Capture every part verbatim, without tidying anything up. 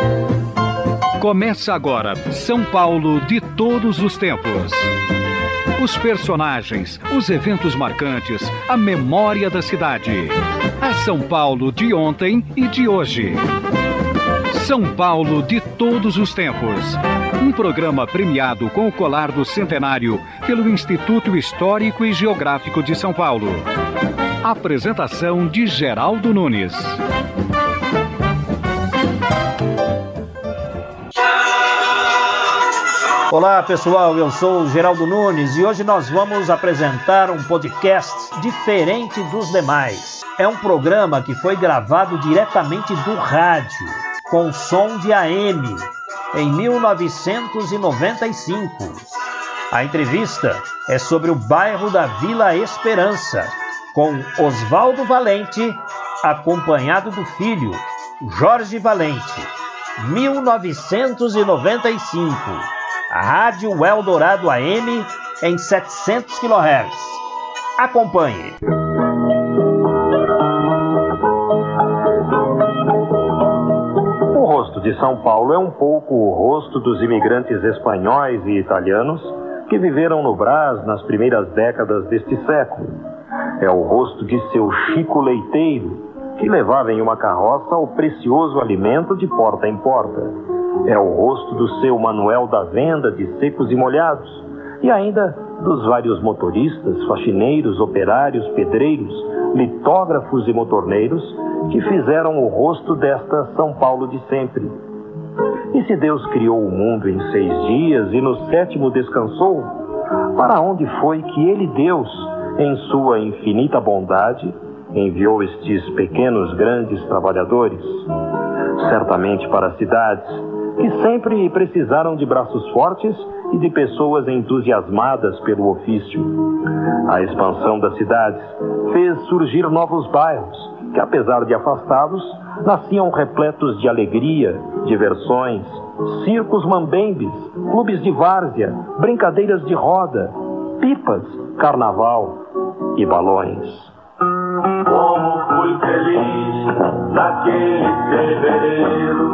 Começa agora São Paulo de todos os tempos. Os personagens, os eventos marcantes, a memória da cidade. A São Paulo de ontem e de hoje. São Paulo de todos os tempos. Um programa premiado com o colar do centenário pelo Instituto Histórico e Geográfico de São Paulo. Apresentação de Geraldo Nunes. Olá pessoal, eu sou o Geraldo Nunes e hoje nós vamos apresentar um podcast diferente dos demais. É um programa que foi gravado diretamente do rádio, com som de A M, em mil novecentos e noventa e cinco. A entrevista é sobre o bairro da Vila Esperança, com Oswaldo Valente, acompanhado do filho, Jorge Valente. mil novecentos e noventa e cinco. A Rádio Eldorado A M em setecentos quilohertz. Acompanhe. O rosto de São Paulo é um pouco o rosto dos imigrantes espanhóis e italianos que viveram no Brás nas primeiras décadas deste século. É o rosto de seu Chico Leiteiro, que levava em uma carroça o precioso alimento de porta em porta. É o rosto do seu Manuel da Venda de secos e molhados, e ainda dos vários motoristas, faxineiros, operários, pedreiros, litógrafos e motorneiros que fizeram o rosto desta São Paulo de sempre. E se Deus criou o mundo em seis dias e no sétimo descansou, para onde foi que Ele, Deus, em sua infinita bondade, enviou estes pequenos grandes trabalhadores? Certamente para as cidades, que sempre precisaram de braços fortes e de pessoas entusiasmadas pelo ofício. A expansão das cidades fez surgir novos bairros, que apesar de afastados, nasciam repletos de alegria, diversões, circos mambembes, clubes de várzea, brincadeiras de roda, pipas, carnaval e balões. Como fui feliz naquele fevereiro,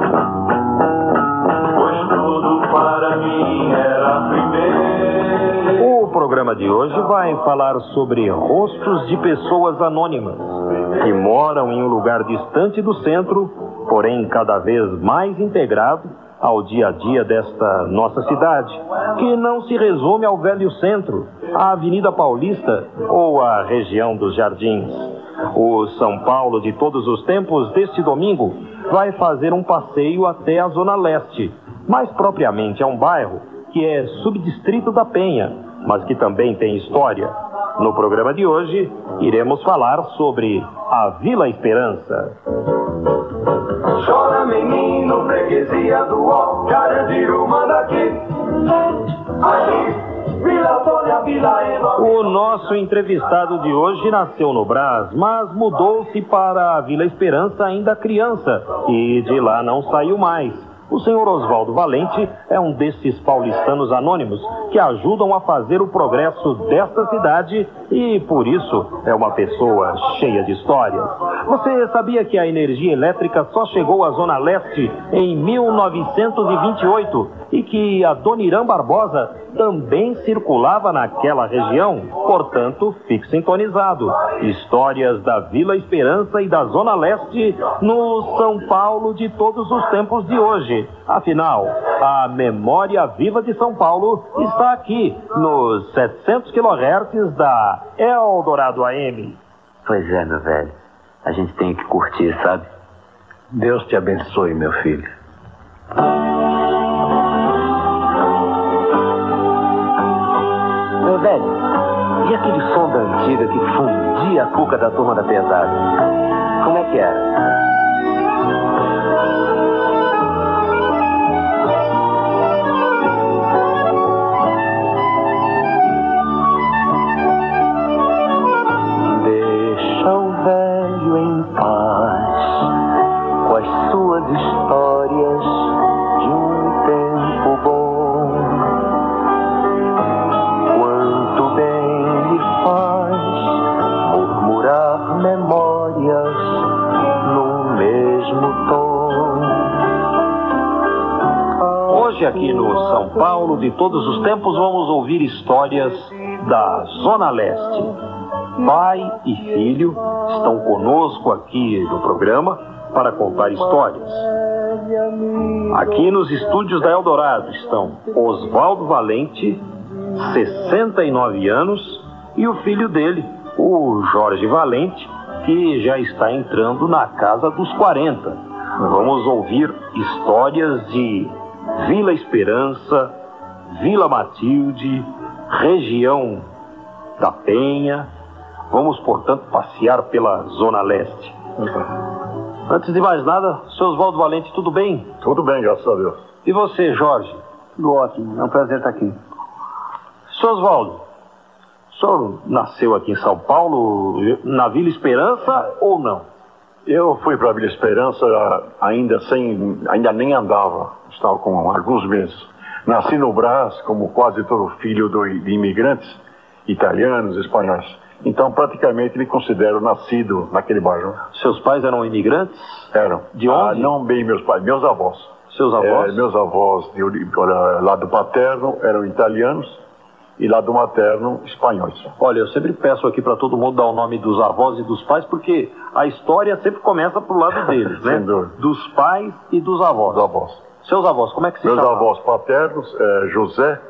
pois tudo para mim era primeiro. O programa de hoje vai falar sobre rostos de pessoas anônimas que moram em um lugar distante do centro, porém cada vez mais integrado ao dia a dia desta nossa cidade, que não se resume ao velho centro, à Avenida Paulista ou à região dos Jardins. O São Paulo de todos os tempos deste domingo vai fazer um passeio até a Zona Leste, mais propriamente a um bairro que é subdistrito da Penha, mas que também tem história. No programa de hoje, iremos falar sobre a Vila Esperança. Chora menino, freguesia do ó, Carandiru manda aqui. Aí. Vila Sônia, Vila Ema. O nosso entrevistado de hoje nasceu no Brás, mas mudou-se para a Vila Esperança ainda criança e de lá não saiu mais. O senhor Oswaldo Valente é um desses paulistanos anônimos que ajudam a fazer o progresso desta cidade e, por isso, é uma pessoa cheia de histórias. Você sabia que a energia elétrica só chegou à Zona Leste em mil novecentos e vinte e oito e que a Dona Irã Barbosa também circulava naquela região? Portanto, fique sintonizado. Histórias da Vila Esperança e da Zona Leste no São Paulo de todos os tempos de hoje. Afinal, a memória viva de São Paulo está aqui nos setecentos quilohertz da Eldorado A M. Pois é, meu velho. A gente tem que curtir, sabe? Deus te abençoe, meu filho. Meu velho, e aquele som da antiga que fundia a cuca da turma da pesada? Como é que era? Deixa o velho em paz com as suas histórias de um tempo bom. Quanto bem lhe faz murmurar memórias no mesmo tom. Hoje, aqui no São Paulo de todos os tempos, vamos ouvir histórias da Zona Leste. Pai e filho estão conosco aqui no programa para contar histórias. Aqui nos estúdios da Eldorado estão Oswaldo Valente, sessenta e nove anos, e o filho dele, o Jorge Valente, que já está entrando na casa dos quarenta. Vamos ouvir histórias de Vila Esperança, Vila Matilde, região da Penha. Vamos, portanto, passear pela Zona Leste. Uhum. Antes de mais nada, seu Oswaldo Valente, tudo bem? Tudo bem, graças a Deus. E você, Jorge? Tudo ótimo, é um prazer estar aqui. Seu Oswaldo, o senhor nasceu aqui em São Paulo, na Vila Esperança ou não? Eu fui para a Vila Esperança ainda sem, ainda nem andava, estava com alguns meses. Nasci no Brás, como quase todo filho de imigrantes italianos, espanhóis. Então, praticamente, me considero nascido naquele bairro. Seus pais eram imigrantes? Eram. De onde? Ah, não bem meus pais, meus avós. Seus avós? É, meus avós, de, de, lado paterno, eram italianos. E lá do materno, espanhóis. Olha, eu sempre peço aqui para todo mundo dar o nome dos avós e dos pais, porque a história sempre começa pro lado deles, né? Sem dúvida. Dos pais e dos avós. Dos avós. Seus avós, como é que se Meus chama? avós paternos, é, José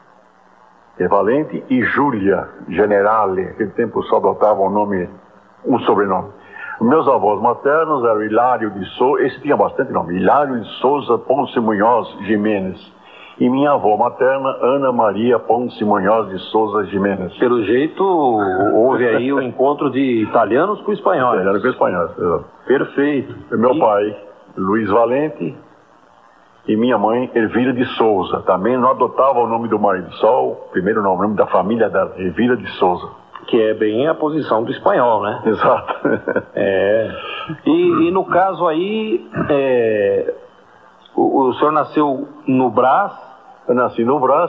é Valente e Júlia Generale. Naquele tempo só adotavam o nome, um sobrenome. Meus avós maternos eram Hilário de Souza, esse tinha bastante nome, Hilário de Souza Ponce Munhoz Jimenez. E minha avó materna, Ana Maria Ponce Munhoz de Souza Jimenez. Pelo jeito, houve aí o encontro de italianos com espanhóis. Italianos com espanhóis, exato. Perfeito. E meu e... pai, Luiz Valente, e minha mãe, Elvira de Souza. Também não adotava o nome do marido, só o primeiro nome, o nome da família da Elvira de Souza. Que é bem a posição do espanhol, né? Exato. É. E, e no caso aí, é... o, o senhor nasceu no Brás? Eu nasci no Brás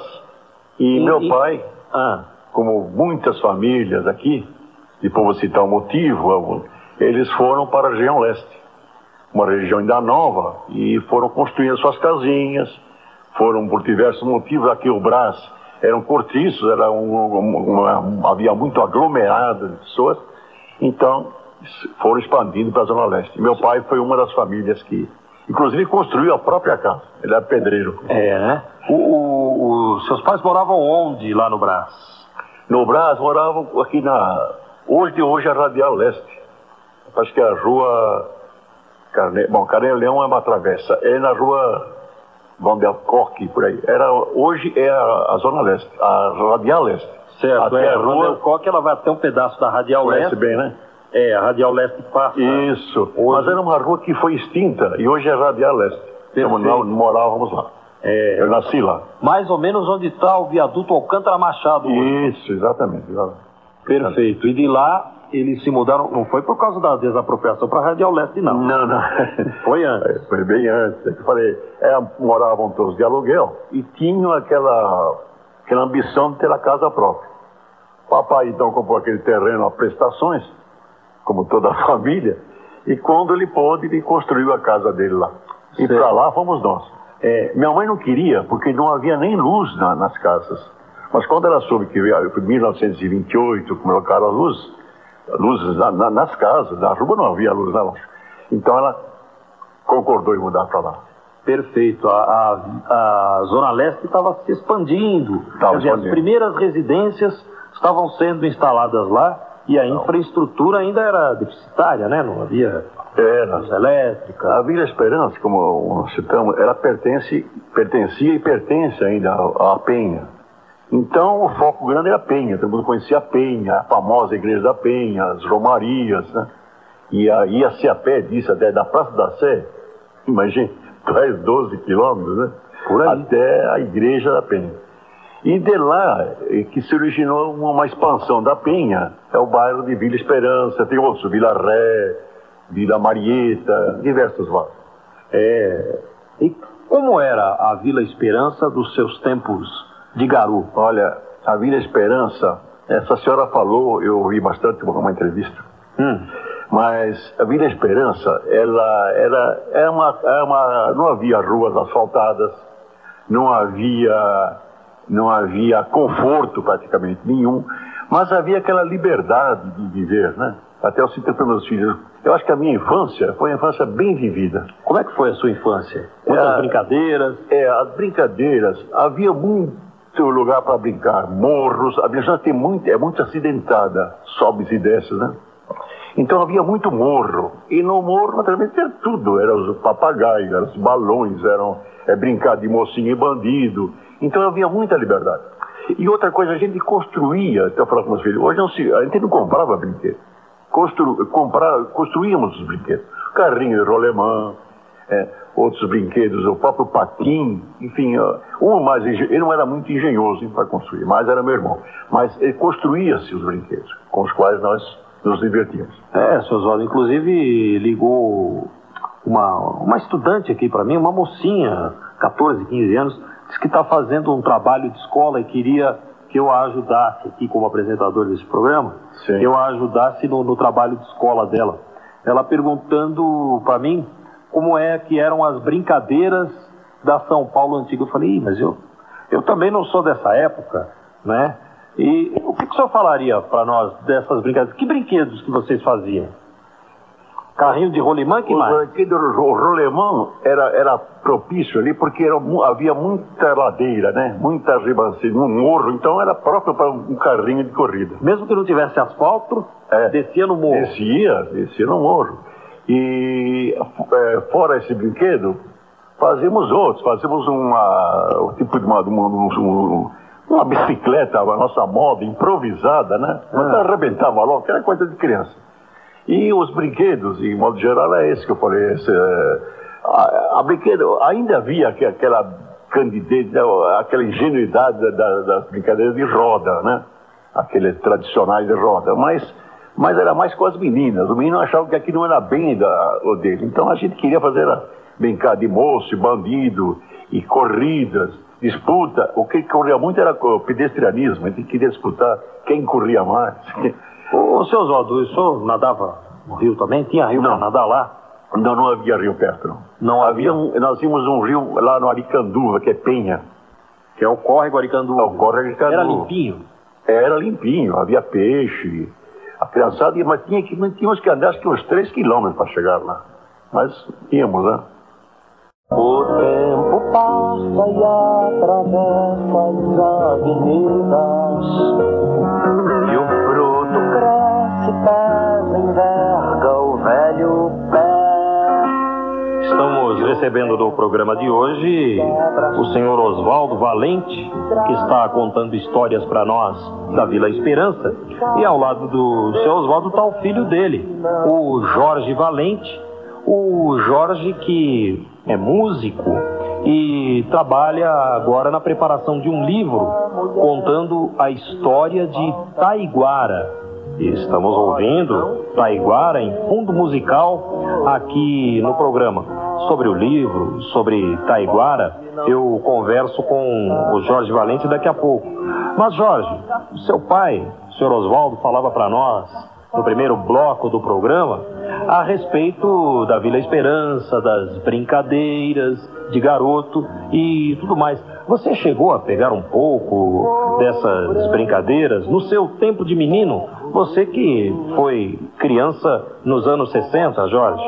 e, e meu e... pai, ah. como muitas famílias aqui, depois vou citar o motivo, eles foram para a região leste, uma região ainda nova, e foram construindo suas casinhas, foram por diversos motivos. Aqui o Brás eram cortiços, era um, uma, uma, havia muito aglomerado de pessoas, então foram expandindo para a Zona Leste. Meu pai foi uma das famílias que, inclusive, construiu a própria casa. Ele era pedreiro. É, né? O, o, os seus pais moravam onde, lá no Brás? No Brás, moravam aqui na... Hoje, hoje é a Radial Leste. Acho que é a rua... Carne... Bom, Carneiro Leão é uma travessa. É na rua Van der Kock, por aí. Era... Hoje é a, a Zona Leste, a Radial Leste. Certo, até é, a rua... Van der Kock, ela vai até um pedaço da Radial Leste. bem, né? É, a Radial Leste passa... Isso, hoje... mas era uma rua que foi extinta, e hoje é Radial Leste. Então, nós morávamos lá. É... Eu nasci lá. Mais ou menos onde está o viaduto Alcântara Machado hoje. Isso, exatamente, exatamente. Perfeito. E de lá, eles se mudaram, não foi por causa da desapropriação para a Radial Leste, não. Não, não. Foi antes. Foi bem antes. É que eu falei, é, moravam todos de aluguel e tinham aquela, aquela ambição de ter a casa própria. Papai, então, comprou aquele terreno a prestações, como toda a família, e quando ele pôde, ele construiu a casa dele lá. E para lá fomos nós. É, minha mãe não queria, porque não havia nem luz na, nas casas. Mas quando ela soube que em mil novecentos e vinte e oito colocaram a luz, luzes na, na, nas casas, na rua não havia luz, não. Então ela concordou em mudar para lá. Perfeito. A, a, a Zona Leste estava se expandindo. Tava Quer dizer, expandindo. As primeiras residências estavam sendo instaladas lá e a não. infraestrutura ainda era deficitária, né? Não havia era. luz elétrica. A Vila Esperança, como nós citamos, ela pertence, pertencia e pertence ainda à Penha. Então o foco grande é a Penha, todo mundo conhecia a Penha, a famosa igreja da Penha, as romarias, né? E ia-se a pé disso até da Praça da Sé, imagina, dez, doze quilômetros, né? Por aí. Até a igreja da Penha. E de lá é que se originou uma, uma expansão da Penha, é o bairro de Vila Esperança, tem outros, Vila Ré, Vila Marieta, diversos bairros. É... E como era a Vila Esperança dos seus tempos de garoto? Olha, a Vila Esperança, essa senhora falou, eu ouvi bastante uma entrevista, hum. mas a Vila Esperança, ela era, era, uma, era uma, não havia ruas asfaltadas, não havia, não havia conforto praticamente nenhum, mas havia aquela liberdade de viver, né? Até eu citei para meus filhos, eu acho que a minha infância foi uma infância bem vivida. Como é que foi a sua infância? Muitas É, brincadeiras? É, as brincadeiras, havia muito lugar para brincar, morros, a Biljana tem muito, é muito acidentada, sobes e desces, né? Então havia muito morro, e no morro naturalmente era tudo, eram os papagaios, eram os balões, eram é, brincar de mocinho e bandido, então havia muita liberdade. E outra coisa, a gente construía, até eu falava com meus filhos, hoje não se, a gente não comprava brinquedo, Constru, comprar, construíamos os brinquedos, carrinho de rolemã, é, outros brinquedos, o próprio patim, enfim, um mais ele não era muito engenhoso para construir, mas era meu irmão, mas ele construía-se os brinquedos com os quais nós nos divertíamos. É, seu Oswaldo, inclusive ligou uma, uma estudante aqui para mim, uma mocinha, catorze, quinze anos, disse que está fazendo um trabalho de escola e queria que eu a ajudasse aqui como apresentador desse programa, Sim. que eu a ajudasse no, no trabalho de escola dela. Ela perguntando para mim como é que eram as brincadeiras da São Paulo antiga. Eu falei, mas eu, eu também não sou dessa época, né? E o que, que o senhor falaria para nós dessas brincadeiras? Que brinquedos que vocês faziam? Carrinho de rolimã, que o mais? brinquedo, o rolemã era, era propício ali porque era, havia muita ladeira, né? Muita ribanceira, um morro, então era próprio para um carrinho de corrida. Mesmo que não tivesse asfalto, É. descia no morro. Descia, descia no morro. E é, fora esse brinquedo, fazíamos outros, fazíamos uma, um tipo de uma, uma, uma, uma bicicleta, a nossa moda, improvisada, né? Mas Ah. arrebentava logo, que era coisa de criança. E os brinquedos, em modo geral, é esse que eu falei. Esse, é, a, a brinquedo, ainda havia aqu- aquela candidez, né, aquela ingenuidade da- da- das brincadeiras de roda, né? Aqueles tradicionais de roda, mas, mas era mais com as meninas. Os meninos achavam que aquilo não era bem da, o dele. Então a gente queria fazer a, brincar de moço, bandido, e corridas, disputa. O que corria muito era o pedestrianismo, a gente queria disputar quem corria mais. Ô, seu Oswaldo, o senhor nadava no rio também? Tinha rio para nadar lá? Não, não havia rio perto, não. Não havia. havia? Um, nós tínhamos um rio lá no Aricanduva, que é Penha. Que é o córrego Aricanduva. É o córrego Aricanduva. Era limpinho? Era limpinho, havia peixe. A criançada ia, mas tinha que, tínhamos que andar acho que uns três quilômetros para chegar lá. Mas íamos, né? O tempo passa e atravessa as avenidas, e o fruto cresce, pesa, enverga o velho pé. Estamos recebendo no programa de hoje o senhor Oswaldo Valente, que está contando histórias para nós da Vila Esperança. E ao lado do seu Oswaldo está o filho dele, o Jorge Valente. O Jorge, que é músico e trabalha agora na preparação de um livro contando a história de Taiguara. E estamos ouvindo Taiguara em fundo musical aqui no programa. Sobre o livro, sobre Taiguara, eu converso com o Jorge Valente daqui a pouco. Mas Jorge, seu pai, o senhor Oswaldo, falava para nós no primeiro bloco do programa a respeito da Vila Esperança, das brincadeiras de garoto e tudo mais. Você chegou a pegar um pouco dessas brincadeiras no seu tempo de menino? Você que foi criança nos anos sessenta, Jorge?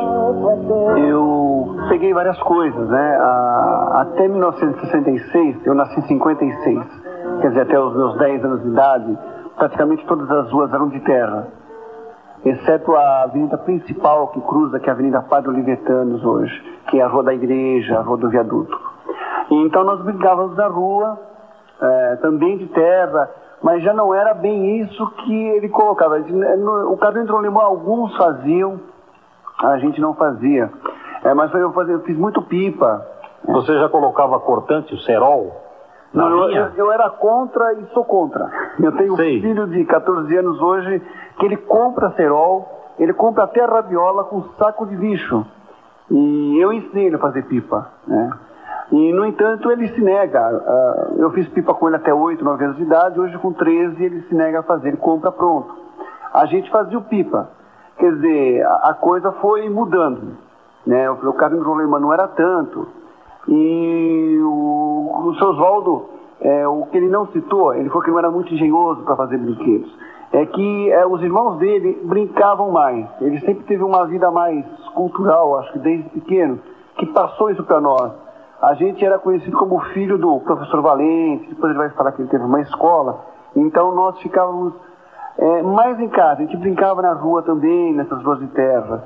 Eu peguei várias coisas, né? A- até mil novecentos e sessenta e seis, eu nasci em cinquenta e seis, quer dizer, até os meus dez anos de idade, praticamente todas as ruas eram de terra, exceto a avenida principal que cruza, que é a Avenida Padre Olivetanos hoje, que é a Rua da Igreja, a Rua do Viaduto. E então nós brincávamos na rua, é, também de terra, mas já não era bem isso que ele colocava. O carrinho de rolimã alguns faziam, a gente não fazia. É, mas eu, fazia, eu fiz muito pipa. Você já colocava cortante, o cerol? Na Não, eu, linha? eu, eu era contra e sou contra. Eu tenho um Sei. filho de catorze anos hoje que ele compra cerol, ele compra até rabiola com saco de lixo. E eu ensinei ele a fazer pipa, né? E, no entanto, ele se nega. Uh, eu fiz pipa com ele até oito, nove anos de idade, hoje com treze ele se nega a fazer, ele compra pronto. A gente fazia o pipa. Quer dizer, a, a coisa foi mudando, né? O, o carrinho de rolimã não era tanto. E o, o seu Oswaldo, é, o que ele não citou, ele falou que não era muito engenhoso para fazer brinquedos, é que é, os irmãos dele brincavam mais. Ele sempre teve uma vida mais cultural, acho que desde pequeno, que passou isso para nós. A gente era conhecido como filho do professor Valente, depois ele vai falar que ele teve uma escola, então nós ficávamos é, mais em casa, a gente brincava na rua também, nessas ruas de terra.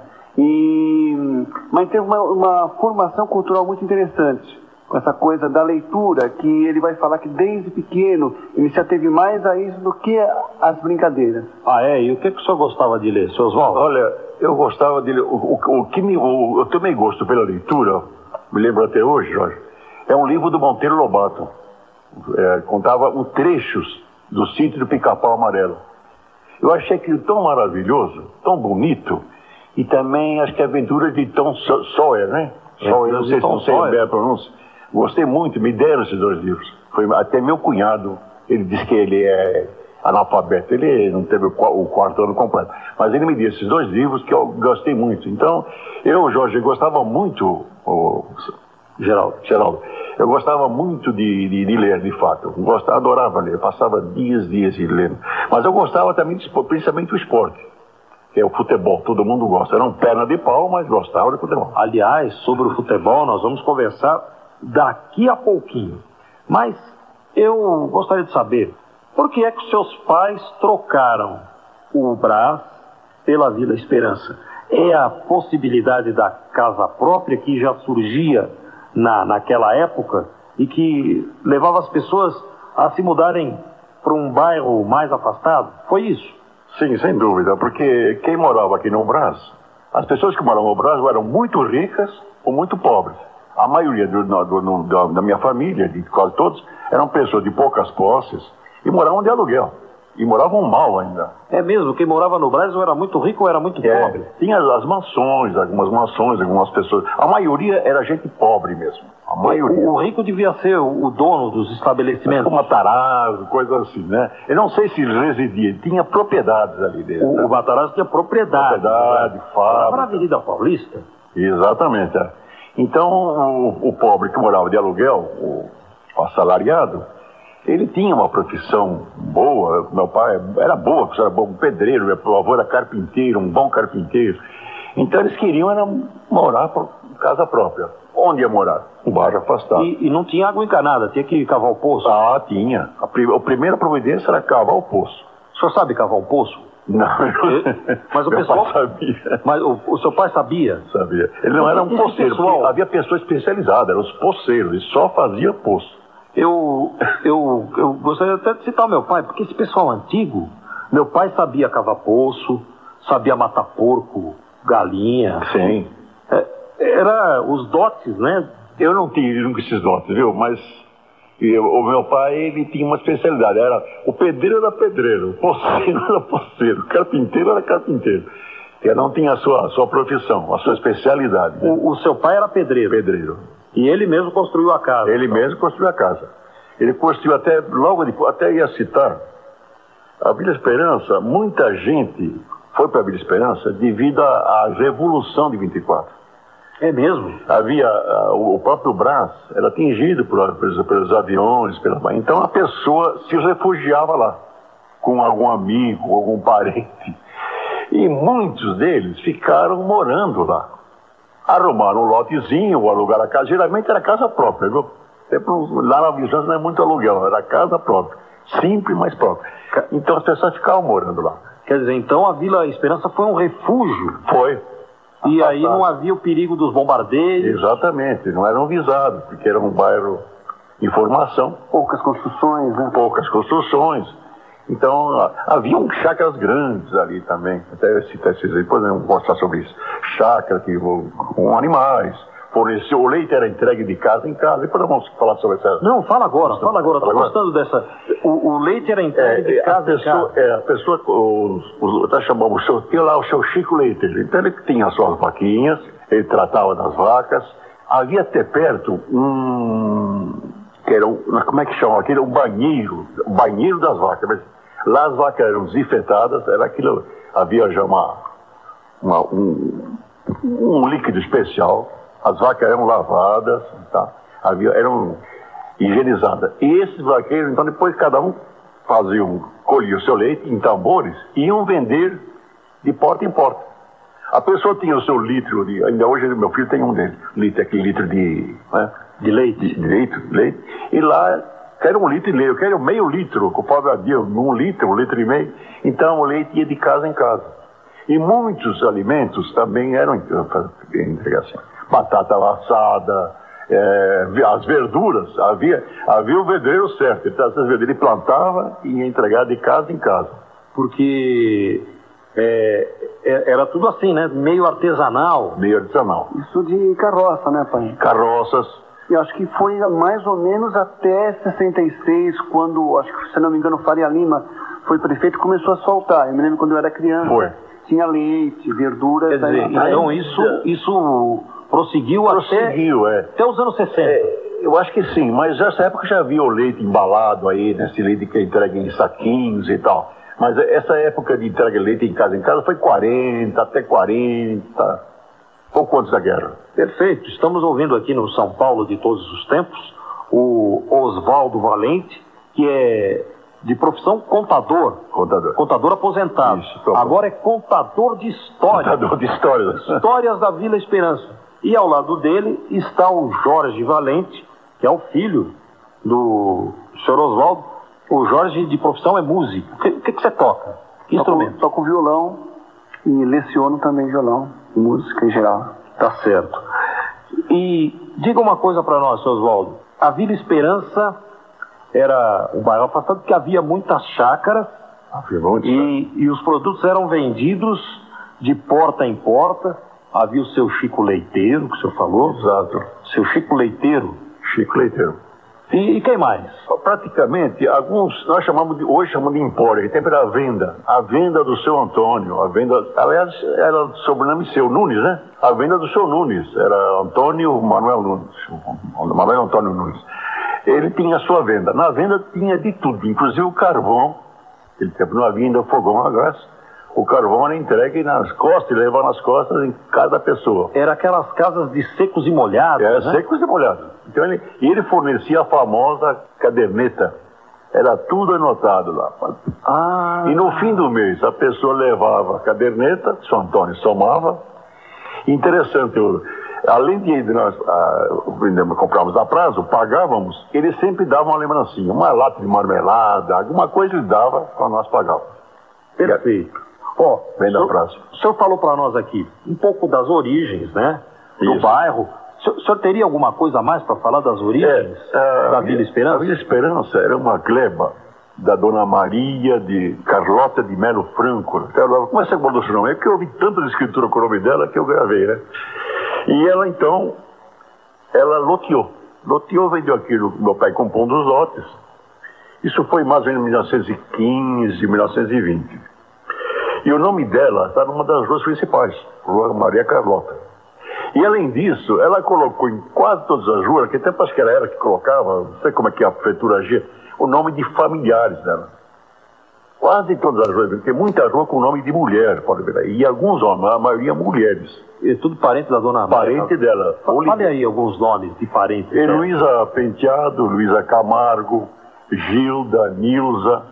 E, mas teve uma, uma formação cultural muito interessante, com essa coisa da leitura, que ele vai falar que desde pequeno ele já teve mais a isso do que as brincadeiras. Ah, é? E o que, que o senhor gostava de ler, seu Oswaldo? Olha, eu gostava de ler, o, o, o que me, o, eu também gosto pela leitura, me lembro até hoje, Jorge, é um livro do Monteiro Lobato, é, contava os trechos do Sítio do Pica-Pau Amarelo. Eu achei aquilo tão maravilhoso, tão bonito, e também acho que a aventura de Tom Sawyer, né? Sawyer, não sei se não sei bem a pronúncia. Gostei muito, me deram esses dois livros. Foi até meu cunhado, ele disse que ele é analfabeto, ele não teve o quarto ano completo. Mas ele me deu esses dois livros que eu gostei muito. Então, eu, Jorge, gostava muito, oh, Geraldo, Geraldo, eu gostava muito de, de, de ler, de fato. Eu gostava, adorava ler, eu passava dias, dias lendo. Mas eu gostava também, de, principalmente do esporte, que é o futebol, todo mundo gosta. Era um perna de pau, mas gostava de futebol. Aliás, sobre o futebol, nós vamos conversar daqui a pouquinho. Mas eu gostaria de saber, por que é que seus pais trocaram o Brás pela Vila Esperança? É a possibilidade da casa própria que já surgia na, naquela época e que levava as pessoas a se mudarem para um bairro mais afastado? Foi isso? Sim, sem dúvida, porque quem morava aqui no Brás, as pessoas que moravam no Brás eram muito ricas ou muito pobres. A maioria do, do, do, da, da minha família, de quase todos, eram pessoas de poucas posses e moravam de aluguel. E moravam mal ainda. É mesmo? Quem morava no Brás ou era muito rico ou era muito é, pobre? Tinha as mansões, algumas mansões, algumas pessoas. A maioria era gente pobre mesmo. A maioria. O, o rico devia ser o, o dono dos estabelecimentos. Como Matarazzo, coisas assim, né? Eu não sei se ele residia, tinha propriedades ali dentro. O, né? o Matarazzo tinha propriedade. Propriedade, né? fábrica. Era na Avenida Paulista. Exatamente, é. Então, o, o pobre que morava de aluguel, o, o assalariado, ele tinha uma profissão boa. Meu pai era boa, era bom pedreiro, meu avô era carpinteiro, um bom carpinteiro. Então eles queriam era morar por casa própria. Onde ia morar? Um bairro afastado. E, e não tinha água encanada, tinha que cavar o poço? Ah, tinha. A, prim a primeira providência era cavar o poço. O senhor sabe cavar um poço? Não, eu... mas o meu pessoal pai sabia. Mas o, o seu pai sabia? Sabia. Ele não era um poceiro, pessoal... havia pessoas especializadas, eram os poceiros, e só fazia poço. Eu, eu, eu gostaria até de citar o meu pai, porque esse pessoal antigo, meu pai sabia cavar poço, sabia matar porco, galinha. Sim. É, era os dotes, né? Eu não tive nunca esses dotes, viu? Mas eu, o meu pai, ele tinha uma especialidade. Era, o pedreiro era pedreiro, o poceiro era poceiro, o carpinteiro era carpinteiro. Cada um tinha a sua, a sua profissão, a sua especialidade. Né? O, o seu pai era pedreiro? Pedreiro. E ele mesmo construiu a casa? Ele então. mesmo construiu a casa. Ele construiu até, logo depois, até ia citar, a Vila Esperança, muita gente foi para a Vila Esperança devido à, à Revolução de vinte e quatro. É mesmo? Havia, a, o próprio Brás era atingido por, pelos, pelos aviões, pela, então a pessoa se refugiava lá, com algum amigo, algum parente. E muitos deles ficaram morando lá. Arrumaram um lotezinho, ou alugaram a casa. Geralmente era casa própria, viu? Lá na Vizinhança não é muito aluguel, era casa própria. Simples, mas própria. Então as pessoas ficavam morando lá. Quer dizer, então a Vila Esperança foi um refúgio? Foi. E aí não havia o perigo dos bombardeios? Exatamente, não eram visados, porque era um bairro em formação. Poucas construções, né? Poucas construções. Então, havia um chácaras grandes ali também. Até citar esses aí, depois eu vou mostrar sobre isso. Chácara que, com animais. Forneceu, o leite era entregue de casa em casa. Depois vamos falar sobre essa... Não, fala agora, fala agora. Estou gostando dessa... O, o leite era entregue é, de casa pessoa, em casa. É, a pessoa... Os, os, tá chamando, o seu, tinha lá o seu Chico Leiteiro. Então ele tinha as suas vaquinhas, ele tratava das vacas. Havia até perto um... Que era um, como é que chama aquilo? Um banheiro. O banheiro das vacas. Mas, lá as vacas eram desinfetadas, era aquilo, havia já uma, uma, um, um líquido especial, as vacas eram lavadas, tá? Havia, eram higienizadas. E esses vaqueiros, então, depois cada um fazia, um, colhia o seu leite em tambores e iam vender de porta em porta. A pessoa tinha o seu litro, de, ainda hoje meu filho tem um deles, litro, aquele litro de, né, de leite, de, de leite, de leite, e lá quero um litro e meio, eu quero meio litro, o pobre dia, um litro, um litro e meio. Então o leite ia de casa em casa. E muitos alimentos também eram entregados. Batata assada, é, as verduras, havia, havia o verdeiro certo. Então essas verduras ele plantava e ia entregar de casa em casa. Porque é, era tudo assim, né? Meio artesanal. Meio artesanal. Isso de carroça, né, pai? Carroças. Eu acho que foi mais ou menos até sessenta e seis, quando, acho que, se não me engano, Faria Lima foi prefeito e começou a soltar. Eu me lembro quando eu era criança. Foi. Tinha leite, verduras. Quer dizer, aí, então aí, isso, isso prosseguiu, prosseguiu até, é. até os anos sessenta. É, eu acho que sim, mas nessa época já havia o leite embalado aí, né? Esse leite que é entregue em saquinhos e tal. Mas essa época de entrega de leite em casa em casa foi quarenta, até quarenta, pouco antes da guerra. Perfeito. Estamos ouvindo aqui no São Paulo de todos os tempos o Oswaldo Valente, que é de profissão contador. Contador. Contador aposentado. Isso, agora é contador de histórias. Contador de histórias. Histórias da Vila Esperança. E ao lado dele está o Jorge Valente, que é o filho do senhor Oswaldo. O Jorge, de profissão, é músico. O que, que, que você toca? Que instrumento? Toco, toco violão e leciono também violão, música em geral. Tá certo. E diga uma coisa para nós, senhor Oswaldo. A Vila Esperança era um bairro afastado porque havia muitas chácaras e, e os produtos eram vendidos de porta em porta. Havia o seu Chico Leiteiro, que o senhor falou. Exato. Seu Chico Leiteiro. Chico Leiteiro. E, e quem mais? Praticamente, alguns, nós chamamos de, hoje chamamos de empório, que tempo era a venda. A venda do seu Antônio, a venda, aliás, era o sobrenome seu, Nunes, né? A venda do seu Nunes, era Antônio Manuel Nunes, Manuel Antônio Nunes. Ele tinha a sua venda. Na venda tinha de tudo, inclusive o carvão. Ele tempo não havia ainda fogão a gás. O carvão era entregue nas costas, e levava nas costas em cada pessoa. Era aquelas casas de secos e molhados, Era né? secos e molhados. Então ele, ele fornecia a famosa caderneta. Era tudo anotado lá. Ah. E no fim do mês, a pessoa levava a caderneta, São Antônio somava. Interessante, eu, além de nós ah, comprávamos a prazo, pagávamos, ele sempre dava uma lembrancinha, uma lata de marmelada, alguma coisa ele dava para nós pagarmos. Perfeito. Ó, vem da praça. O senhor falou para nós aqui um pouco das origens, né? Do Isso. bairro. O senhor, o senhor teria alguma coisa a mais para falar das origens é, da a, Vila Esperança? A Vila Esperança era uma gleba da dona Maria de Carlota de Melo Franco. Como é que mudou seu nome? É porque eu ouvi tanta escritura com o nome dela que eu gravei, né? E ela, então, ela loteou. Loteou, vendeu aquilo, meu pai compondo os lotes. Isso foi mais ou menos em mil novecentos e quinze, mil novecentos e vinte. E o nome dela está numa das ruas principais, Rua Maria Carlota. E além disso, ela colocou em quase todas as ruas, que até acho que era ela que colocava, não sei como é que a prefeitura agia, o nome de familiares dela. Quase todas as ruas, tem muita rua com nome de mulher, pode ver aí. E alguns homens, a maioria mulheres. E tudo parente da dona Parente Maria. dela. Fale aí alguns nomes de parentes. E Luísa Penteado, Luísa Camargo, Gilda, Nilza.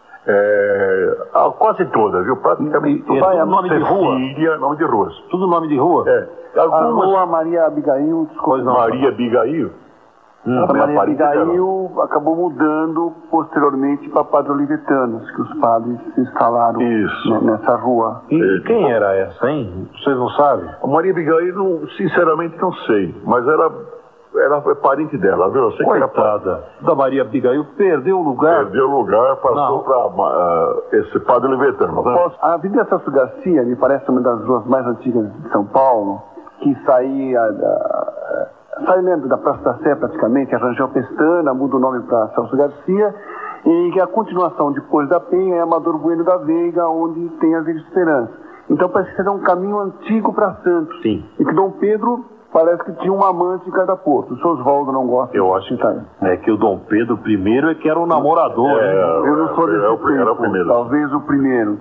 É, quase todas, viu? Praticamente todas. É nome de rua? Cecília, nome de ruas. Tudo nome de rua? É. Algumas... A rua Maria Abigail, desculpa. Maria Abigail? Hum, a Maria Abigail dela. Acabou mudando posteriormente para Padre Olivetanos, que os padres se instalaram Isso. nessa rua. E é. Quem era essa, hein? Vocês não sabem? A Maria Abigail, não, sinceramente, não sei, mas era... Era parente dela, viu? Eu sei Coitada que era da Maria Abigail, perdeu o lugar. Perdeu o lugar, passou para uh, esse Padre Olivetano. Né? A Avenida Celso Garcia me parece uma das ruas mais antigas de São Paulo, que saía da, saindo da Praça da Sé praticamente, Rangel Pestana, muda o nome para Celso Garcia, e que a continuação depois da Penha é Amador Bueno da Veiga, onde tem a Vila Esperança. Então parece que será um caminho antigo para Santos. Sim. E que Dom Pedro... Parece que tinha um amante em cada porto. O senhor Oswaldo não gosta. Eu acho que é que o Dom Pedro I é que era o namorador. É, eu não sou desse é, tempo. era o primeiro. Talvez o primeiro.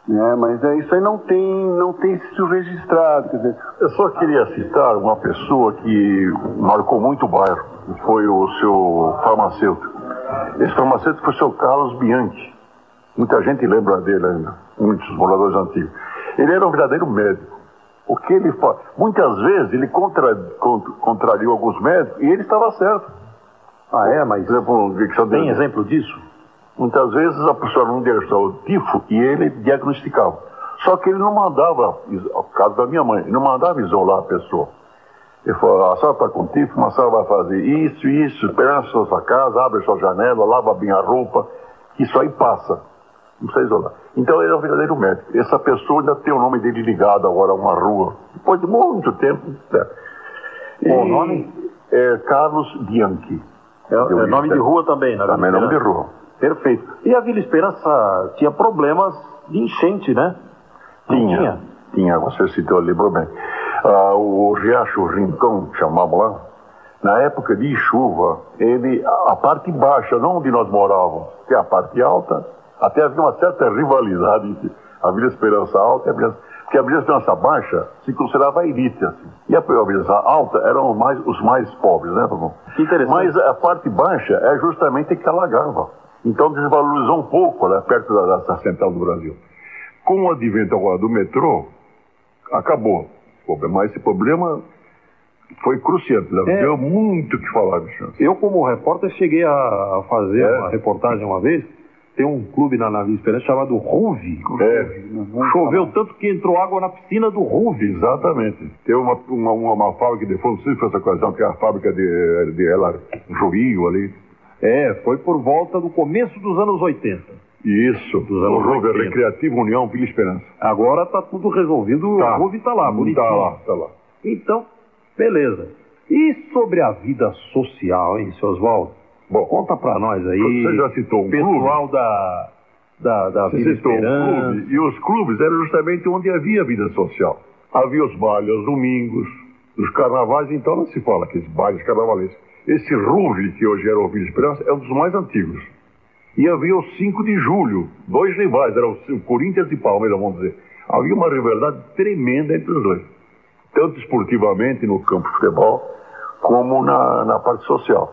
É, mas é, isso aí não tem, não tem sido registrado, quer dizer... Eu só queria citar uma pessoa que marcou muito o bairro, que foi o seu farmacêutico. Esse farmacêutico foi o seu Carlos Bianchi. Muita gente lembra dele ainda, muitos moradores antigos. Ele era um verdadeiro médico. O que ele faz? Muitas vezes ele contra, contra, contrariou alguns médicos e ele estava certo. Ah, é? Mas por exemplo, tem exemplo disso? Muitas vezes a pessoa não deixou o tifo e ele diagnosticava. Só que ele não mandava, no caso da minha mãe, ele não mandava isolar a pessoa. Ele falou, a senhora está com tifo, mas a senhora vai fazer isso, isso, pensa na sua casa, abre a sua janela, lava bem a roupa, isso aí passa. Não precisa isolar. Então ele é um verdadeiro médico. Essa pessoa ainda tem o nome dele ligado agora a uma rua. Depois de muito tempo. Né? Qual o nome? É Carlos Bianchi. É, é nome de rua também, né? Também é nome de rua. Perfeito. E a Vila Esperança tinha problemas de enchente, né? Tinha. Tinha, tinha você citou, lembrou bem. Ah, o Riacho Rincão, chamavam lá, na época de chuva, ele, a parte baixa, não onde nós morávamos, que é a parte alta, até havia uma certa rivalidade entre a Vila Esperança Alta e a Vila... Porque a Vila Esperança Baixa se considerava a elite, assim. E a Vila Esperança Alta eram mais, os mais pobres, né, Bruno? Que interessante. Mas a parte baixa é justamente a que alagava. Então desvalorizou um pouco, né, perto da, da central do Brasil. Com o advento agora do metrô, acabou. Mas esse problema foi cruciante, né? É. Deu muito o que falar, bicho. Eu, como repórter, cheguei a fazer é. uma reportagem uma vez. Tem um clube na, na Vila Esperança chamado Ruve. É. Choveu tanto que entrou água na piscina do Ruve. Exatamente. Tem uma, uma, uma, uma fábrica de fundo, não sei se foi essa ocasião, que é a fábrica de, de ela, Jurinho ali. É, foi por volta do começo dos anos oitenta. Isso, dos anos o Ruve, oitenta. Recreativo União Vila Esperança. Agora tá tudo resolvido, tá. O Ruve tá lá, bonitinho. Tá lá, tá lá. Então, beleza. E sobre a vida social, hein, seu Oswaldo? Bom, conta pra nós aí. Você já citou um pessoal clube? da, da, da Você Vila citou Esperança. Um clube, e os clubes eram justamente onde havia vida social. Havia os bailes aos domingos, os carnavais, então não se fala aqueles bailes carnavalescos. Esse Ruve, que hoje era o Vila Esperança, é um dos mais antigos. E havia o cinco de julho, dois rivais, eram o Corinthians e Palmeiras, vamos dizer. Havia uma rivalidade tremenda entre os dois. Tanto esportivamente, no campo de futebol, como na, na parte social.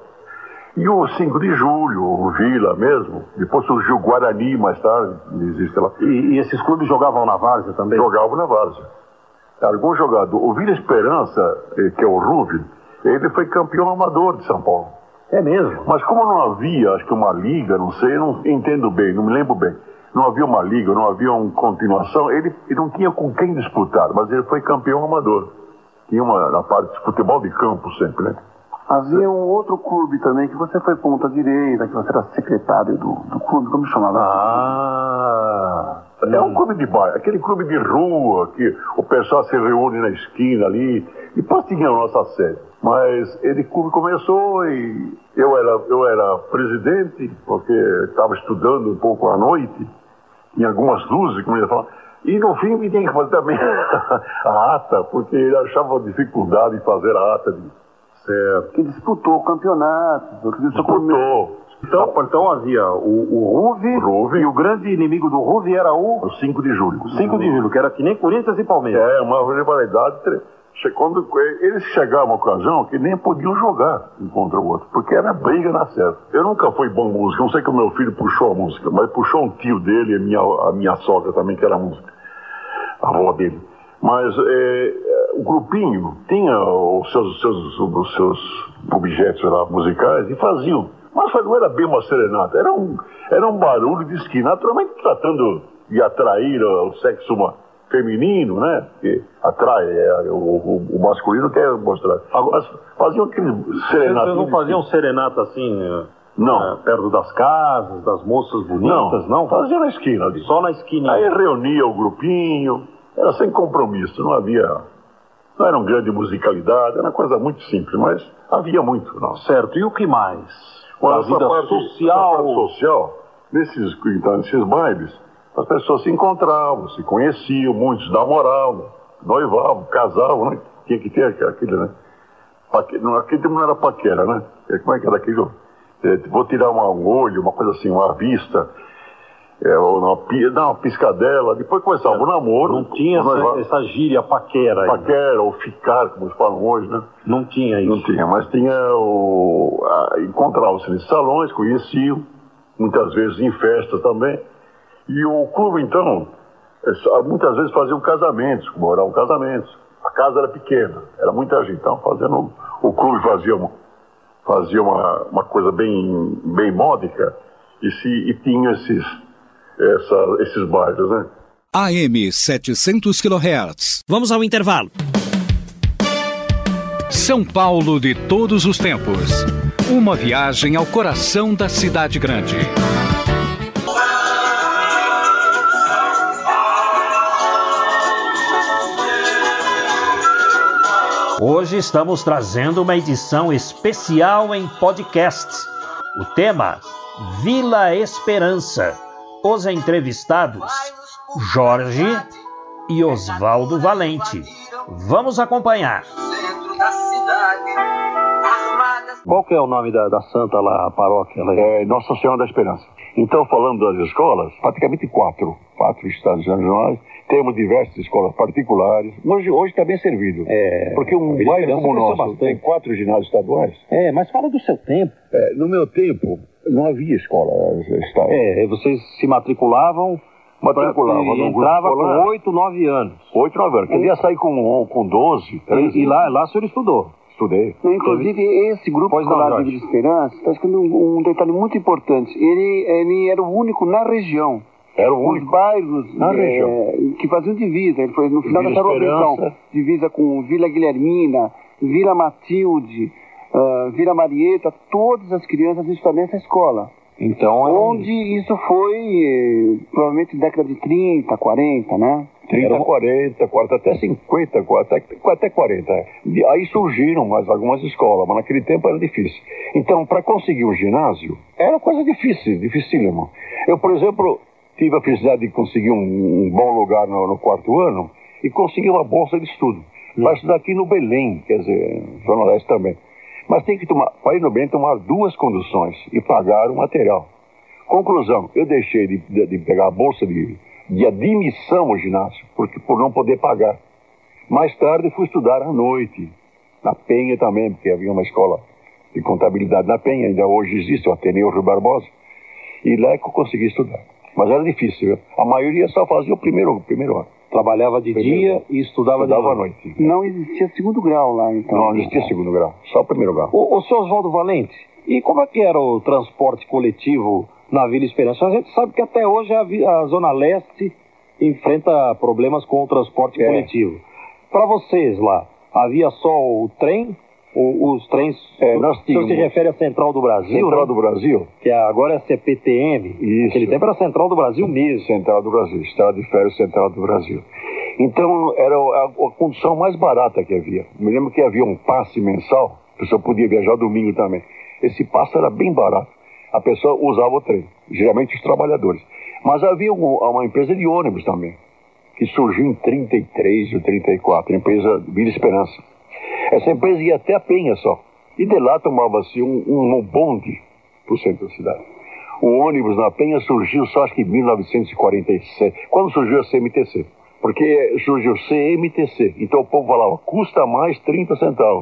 E o cinco de julho, o Vila mesmo, depois surgiu o Guarani mais tarde, existe lá. E, e esses clubes jogavam na várzea também? Jogavam na várzea. Algum jogador, o Vila Esperança, que é o Ruve, ele foi campeão amador de São Paulo. É mesmo? Mas como não havia, acho que uma liga, não sei, não entendo bem, não me lembro bem. Não havia uma liga, não havia uma continuação, ele, ele não tinha com quem disputar, mas ele foi campeão amador. Tinha uma, na parte de futebol de campo sempre, né? Havia um outro clube também, que você foi ponta direita, que você era secretário do, do clube, como chamava? Ah, é um clube de bairro, aquele clube de rua, que o pessoal se reúne na esquina ali, e depois tinha a nossa sede. Mas ele clube começou e eu era, eu era presidente, porque estava estudando um pouco à noite, tinha algumas luzes, como eu ia falar, e no fim me tinha que fazer também a ata, porque ele achava dificuldade em fazer a ata de... Certo. Que disputou o campeonato. Disputou. Então, então havia o, o Ruve, Ruve, e o grande inimigo do Ruve era o... O cinco de julho. O cinco de julho, que era que nem Corinthians e Palmeiras. É, uma rivalidade... Quando eles chegavam a uma ocasião que nem podiam jogar um contra o outro, porque era briga na certa. Eu nunca fui bom músico, não sei que o meu filho puxou a música, mas puxou um tio dele e a minha, a minha sogra também, que era música. A avó dele. Mas é, o grupinho tinha os seus, seus, os seus objetos lá, musicais e faziam. Mas não era bem uma serenata, era um, era um barulho de esquina, naturalmente tratando de atrair o sexo feminino, né? Que atrai, é, o, o, o masculino quer mostrar. Mas faziam aquele serenata. Vocês não faziam serenata assim, não. É, perto das casas, das moças bonitas, não? Não, fazia na esquina ali. Só na esquina. Aí reunia o grupinho. Era sem compromisso, não havia... Não era uma grande musicalidade, era uma coisa muito simples, mas havia muito. Não. Certo, e o que mais? A vida parte social... parte social, nesses, então, nesses bailes, as pessoas se encontravam, se conheciam, muitos namoravam, noivavam, casavam, né? Tinha que ter aquele, né? Paque... Não, aquele tempo não era paquera, né? Como é que era aquilo? É, vou tirar uma, um olho, uma coisa assim, uma vista... É, ou uma, uma piscadela, depois começava o namoro. Não tinha essa, essa gíria paquera aí. Paquera, ou ficar, como eles falam hoje, né? Não tinha isso. Não tinha, mas tinha o... encontravam-se nesses salões, conheciam, muitas vezes em festas também. E o clube, então, muitas vezes faziam casamentos, comemoravam casamentos. A casa era pequena, era muita gente. Então, fazendo, o clube fazia uma, fazia uma, uma coisa bem, bem módica e, se, e tinha esses... Essa, esses bairros, né? A M setecentos quilohertz. Vamos ao intervalo. São Paulo de todos os tempos. Uma viagem ao coração da cidade grande. Hoje estamos trazendo uma edição especial em podcast. O tema: Vila Esperança. Os entrevistados, Jorge e Osvaldo Valente. Vamos acompanhar. Qual que é o nome da, da santa lá, a paróquia? Lá? É Nossa Senhora da Esperança. Então, falando das escolas, praticamente quatro. Quatro estados regionais. Temos diversas escolas particulares. Hoje hoje está bem servido. É, porque um bairro como o nosso bastante. Tem quatro ginásios estaduais. É, mas fala do seu tempo. É, no meu tempo, não havia escola estadual. É, vocês se matriculavam... Matriculavam. E entrava com oito, nove anos. Oito, nove anos. Queria sair com, com doze, treze. E, e lá, lá o senhor estudou? Estudei. Inclusive, esse grupo pois escolar não, de Vila Esperança está escondendo um, um detalhe muito importante. Ele, ele era o único na região. Era o único. Os bairros na é, região. Que faziam divisa. Ele foi no final Vila dessa Esperança. região. Divisa com Vila Guilhermina, Vila Matilde, uh, Vila Marieta. Todas as crianças estudaram nessa escola. Então, onde um... isso foi, eh, provavelmente, década de trinta, quarenta, né? trinta, quarenta, quarenta, até cinquenta, até, até quarenta. E aí surgiram mais algumas escolas, mas naquele tempo era difícil. Então, para conseguir um ginásio, era coisa difícil, dificílimo. Eu, por exemplo, tive a felicidade de conseguir um, um bom lugar no, no quarto ano e consegui uma bolsa de estudo. Hum. Para estudar aqui no Belém, quer dizer, Zona Leste também. Mas tem que tomar, para ir no Belém, tomar duas conduções e pagar o material. Conclusão, eu deixei de, de, de pegar a bolsa de, de admissão ao ginásio, porque, por não poder pagar. Mais tarde fui estudar à noite, na Penha também, porque havia uma escola de contabilidade na Penha, ainda hoje existe o Ateneu Rio Barbosa, e lá é que eu consegui estudar. Mas era difícil, viu? A maioria só fazia o primeiro, o primeiro ano. Trabalhava de primeiro dia ano. E estudava, estudava de à noite. Não existia segundo grau lá, então. Não, não existia segundo grau, só o primeiro grau. O, o senhor Osvaldo Valente, e como é que era o transporte coletivo na Vila Esperança? A gente sabe que até hoje a, a Zona Leste enfrenta problemas com o transporte é. coletivo. Para vocês lá, havia só o trem? Ou os trens... É, nós tínhamos... O senhor se refere à Central do Brasil, Central né? do Brasil. Que agora é C P T M. Isso. Aquele tempo era Central do Brasil mesmo. Central do Brasil, Estrada de Ferro Central do Brasil. Então, era a, a condução mais barata que havia. Me lembro que havia um passe mensal, a pessoa podia viajar domingo também. Esse passe era bem barato. A pessoa usava o trem, geralmente os trabalhadores. Mas havia um, uma empresa de ônibus também, que surgiu em trinta e três ou trinta e quatro, a empresa Vila Esperança. Essa empresa ia até a Penha só. E de lá tomava-se um, um bonde para o centro da cidade. O ônibus na Penha surgiu só acho que em mil novecentos e quarenta e sete, quando surgiu a C M T C. Porque surgiu C M T C. Então o povo falava, custa mais trinta centavos.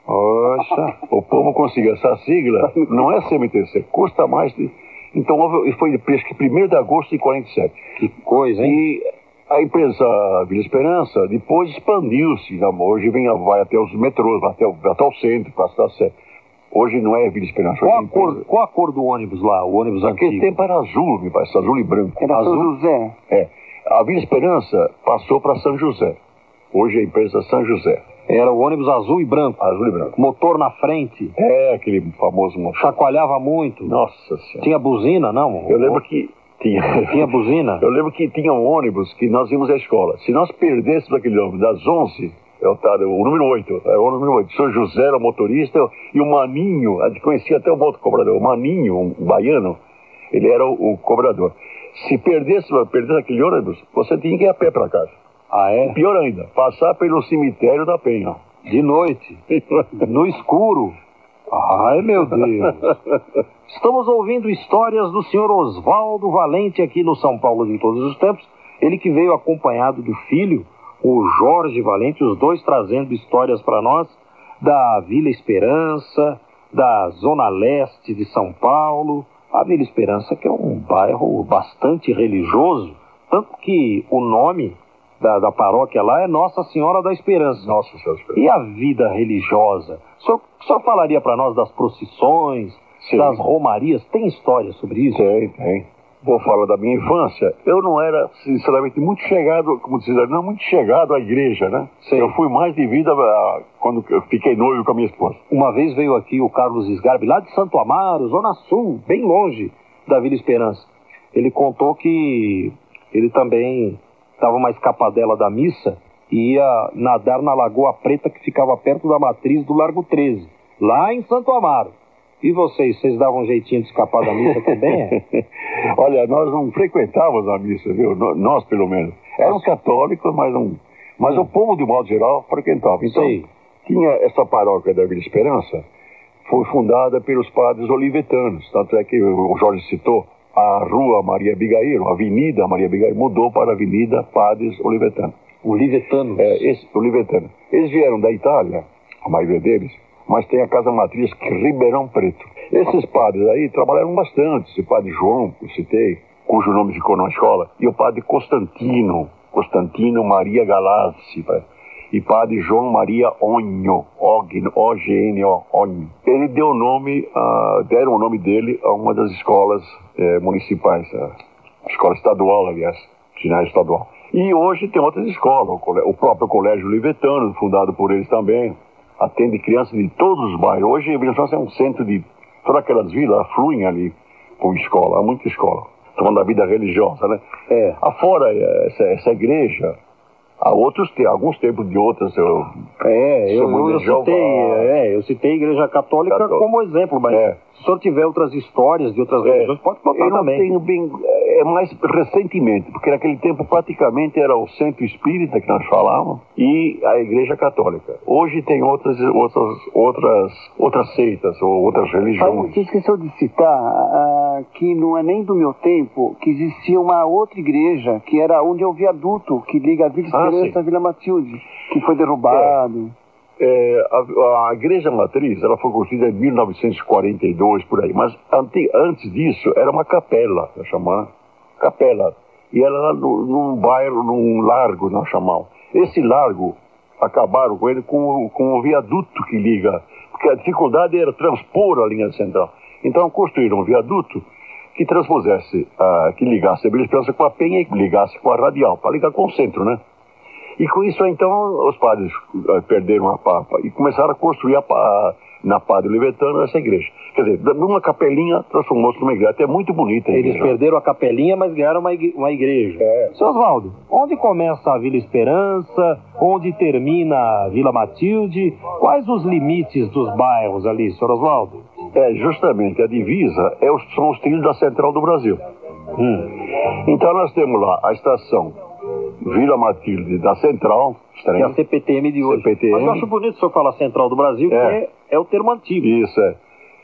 Poxa, o povo conseguiu essa sigla, não é C M T C, custa mais. De... Então houve, foi acho que primeiro de agosto de quarenta e sete. Que coisa, hein? E a empresa Vila Esperança depois expandiu-se. Hoje vem, vai até os metrôs, vai até, até o centro, Praça da Sé. Hoje não é Vila Esperança. Qual a, cor, qual a cor do ônibus lá? O ônibus Naquele antigo? tempo era azul, me parece, azul e branco. Era azul. São José. É. A Vila Esperança passou para São José. Hoje é a empresa São José. Era o ônibus azul e branco. Azul e branco. Motor na frente. É, aquele famoso motor. Chacoalhava muito. Nossa Senhora. Tinha buzina, não? Eu lembro que tinha. Tinha buzina? Eu lembro que tinha um ônibus que nós íamos à escola. Se nós perdêssemos aquele ônibus das onze, eu tava, o número oito, era o número oito. O senhor José era o motorista e o Maninho, a gente conhecia até o outro cobrador, o Maninho, um baiano, ele era o, o cobrador. Se perdesse, perdesse aquele ônibus, você tinha que ir a pé para casa. Ah, é? Pior ainda, passar pelo cemitério da Penha. De noite, no escuro. Ai, meu Deus. Estamos ouvindo histórias do senhor Osvaldo Valente aqui no São Paulo de Todos os Tempos. Ele que veio acompanhado do filho, o Jorge Valente, os dois trazendo histórias para nós da Vila Esperança, da Zona Leste de São Paulo. A Vila Esperança, que é um bairro bastante religioso, tanto que o nome da, da paróquia lá é Nossa Senhora da Esperança. Nossa Senhora da Esperança. E a vida religiosa? O senhor, o senhor falaria para nós das procissões, Sim. das romarias? Tem história sobre isso? Tem, tem. Vou falar da minha infância. Eu não era, sinceramente, muito chegado, como dizer, não muito chegado à igreja, né? Sim. Eu fui mais de vida a, quando eu fiquei noivo com a minha esposa. Uma vez veio aqui o Carlos Sgarbi, lá de Santo Amaro, Zona Sul, bem longe da Vila Esperança. Ele contou que ele também estava uma escapadela da missa e ia nadar na Lagoa Preta, que ficava perto da matriz do Largo treze, lá em Santo Amaro. E vocês, vocês davam um jeitinho de escapar da missa também, é? Olha, nós não frequentávamos a missa, viu? Nós, pelo menos. Éramos católicos, mas, não... mas hum. o povo, de modo geral, frequentava. Então, Sim. tinha essa paróquia da Vila Esperança, foi fundada pelos padres olivetanos. Tanto é que o Jorge citou, a Rua Maria Abigail, a Avenida Maria Abigail, mudou para a Avenida Padres Olivetanos. Olivetanos? É, esse, Olivetanos. Eles vieram da Itália, a maioria deles, mas tem a casa matriz que é Ribeirão Preto. Esses padres aí trabalharam bastante. O padre João, que eu citei, cujo nome ficou na escola, e o padre Constantino, Constantino Maria Galassi, e padre João Maria Onho, O G N O, Onho. Ele deu o nome, uh, deram o nome dele a uma das escolas eh, municipais, a escola estadual, aliás, ginásio estadual. E hoje tem outras escolas, o próprio Colégio Olivetano, fundado por eles também, atende crianças de todos os bairros. Hoje, a Vila Esperança é um centro de... Todas aquelas vilas fluem ali com escola, há muita escola. Falando da vida religiosa, né? É. Afora essa, essa igreja, há outros, alguns tempos de outras... Eu, é, eu, eu, eu citei, é, eu citei a Igreja Católica, Católica como exemplo, mas é. se o senhor tiver outras histórias de outras religiões, é. pode contar eu também. Tenho bem, é mais recentemente, porque naquele tempo praticamente era o centro espírita que nós falávamos e a Igreja Católica. Hoje tem outras, outras, outras, outras seitas ou outras religiões. Você esqueceu de citar uh, que não é nem do meu tempo, que existia uma outra igreja, que era onde é o viaduto que liga a Vila Esperança à Vila Matilde, que foi derrubado. É. É, a, a igreja matriz, ela foi construída em mil novecentos e quarenta e dois, por aí, mas ante, antes disso era uma capela, nós chamamos, capela, e ela era no, num bairro, num largo, nós chamamos. Esse largo, acabaram com ele com, com o viaduto que liga, porque a dificuldade era transpor a linha central. Então construíram um viaduto que transpusesse, uh, que ligasse a Vila Esperança com a Penha e ligasse com a Radial, para ligar com o centro, né? E com isso, então, os padres uh, perderam a papa e começaram a construir a, a, na Padre Olivetano essa igreja. Quer dizer, numa capelinha, transformou-se numa igreja. Até muito bonita a igreja. Eles perderam a capelinha, mas ganharam uma, igre uma igreja. É. Seu Osvaldo, onde começa a Vila Esperança? Onde termina a Vila Matilde? Quais os limites dos bairros ali, senhor Osvaldo? É, justamente, a divisa é os, são os trilhos da Central do Brasil. Hum. Então nós temos lá a estação Vila Matilde da Central, que é a C P T M de hoje. C P T M. Mas eu acho bonito o senhor falar Central do Brasil, é. que é, é o termo antigo. Isso, é.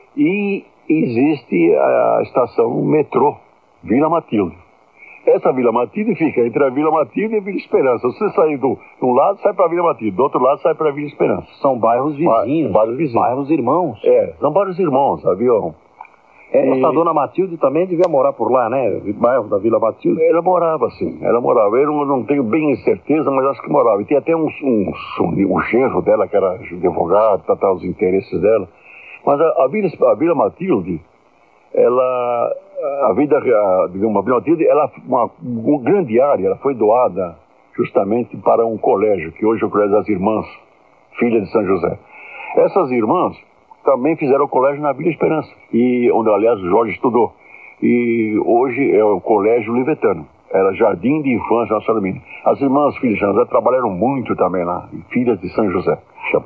E existe a estação metrô Vila Matilde. Essa Vila Matilde fica entre a Vila Matilde e a Vila Esperança. Você sair do, de um lado, sai para a Vila Matilde, do outro lado, sai para a Vila Esperança. São bairros vizinhos. Ba bairros vizinhos. Bairros irmãos. É, são bairros irmãos, avião. É, e... Essa dona Matilde também devia morar por lá, né? O bairro da Vila Matilde. Ela morava, sim. Ela morava. Eu não, não tenho bem certeza, mas acho que morava. E tem até um, um, um, um genro dela, que era advogado, tratar os interesses dela. Mas a, a, Vila, a Vila Matilde, ela... A vida, digamos, a Vila Matilde, ela, uma, uma grande área, ela foi doada justamente para um colégio, que hoje é o Colégio das Irmãs, filha de São José. Essas irmãs também fizeram o colégio na Vila Esperança, e, onde, aliás, o Jorge estudou. E hoje é o Colégio Olivetano. Era Jardim de Infância Nossa Senhora. As irmãs filhas de São José trabalharam muito também lá, filhas de São José.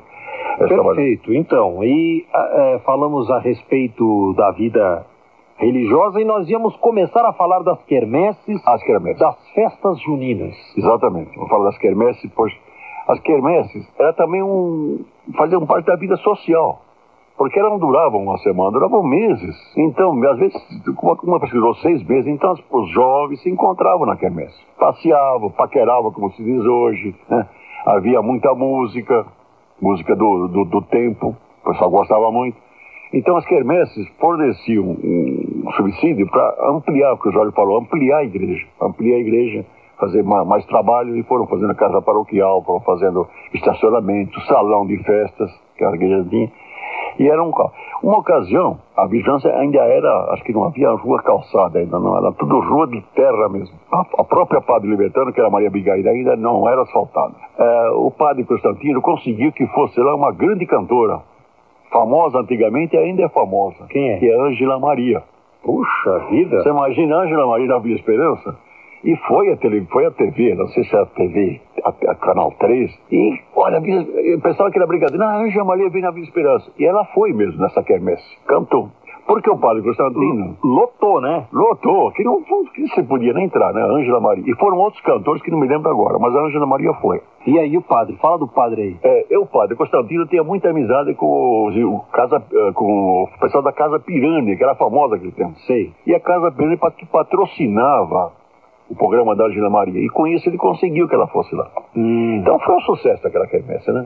Perfeito. Então, e é, falamos a respeito da vida religiosa e nós íamos começar a falar das quermesses, as quermesses, das festas juninas. Exatamente. Vamos falar das quermesses, pois as quermesses, era também um, faziam parte da vida social. porque elas não duravam uma semana, duravam meses. Então, às vezes, uma, uma pesquisou seis meses, então os jovens se encontravam na quermesse. Passeavam, paqueravam, como se diz hoje, né? Havia muita música, música do, do, do tempo, o pessoal gostava muito. Então as quermesses forneciam um subsídio para ampliar, o que o Jorge falou, ampliar a igreja, ampliar a igreja, fazer mais, mais trabalho, e foram fazendo a casa paroquial, foram fazendo estacionamento, salão de festas, que a igreja tinha, e era um, uma ocasião, a vigilância ainda era, acho que não havia rua calçada ainda, não, era tudo rua de terra mesmo. A, a própria Padre Libertano, que era Maria Abigail, ainda não era asfaltada. É, o Padre Constantino conseguiu que fosse lá uma grande cantora, famosa antigamente e ainda é famosa. Quem é? Que é Ângela Maria. Puxa vida! Você imagina a Ângela Maria na Vila Esperança? E foi a, tele, foi a T V, não sei se é a T V, a, a Canal três, e olha, o pessoal que era brincadeira, a Ângela Maria veio na Vila Esperança. E ela foi mesmo nessa quermesse, cantou. Porque o Padre Constantino lotou, né? Lotou, que não que se podia nem entrar, né? Ângela Maria. E foram outros cantores que não me lembro agora, mas a Ângela Maria foi. E aí o padre? Fala do padre aí. É, eu, o Padre Constantino, tinha muita amizade com o, o, casa, com o pessoal da Casa Pirani, que era famosa naquele tempo. Sei. E a Casa Pirani que patrocinava o programa da Ângela Maria. E com isso ele conseguiu que ela fosse lá. Hum. Então foi um sucesso aquela quermesse, né?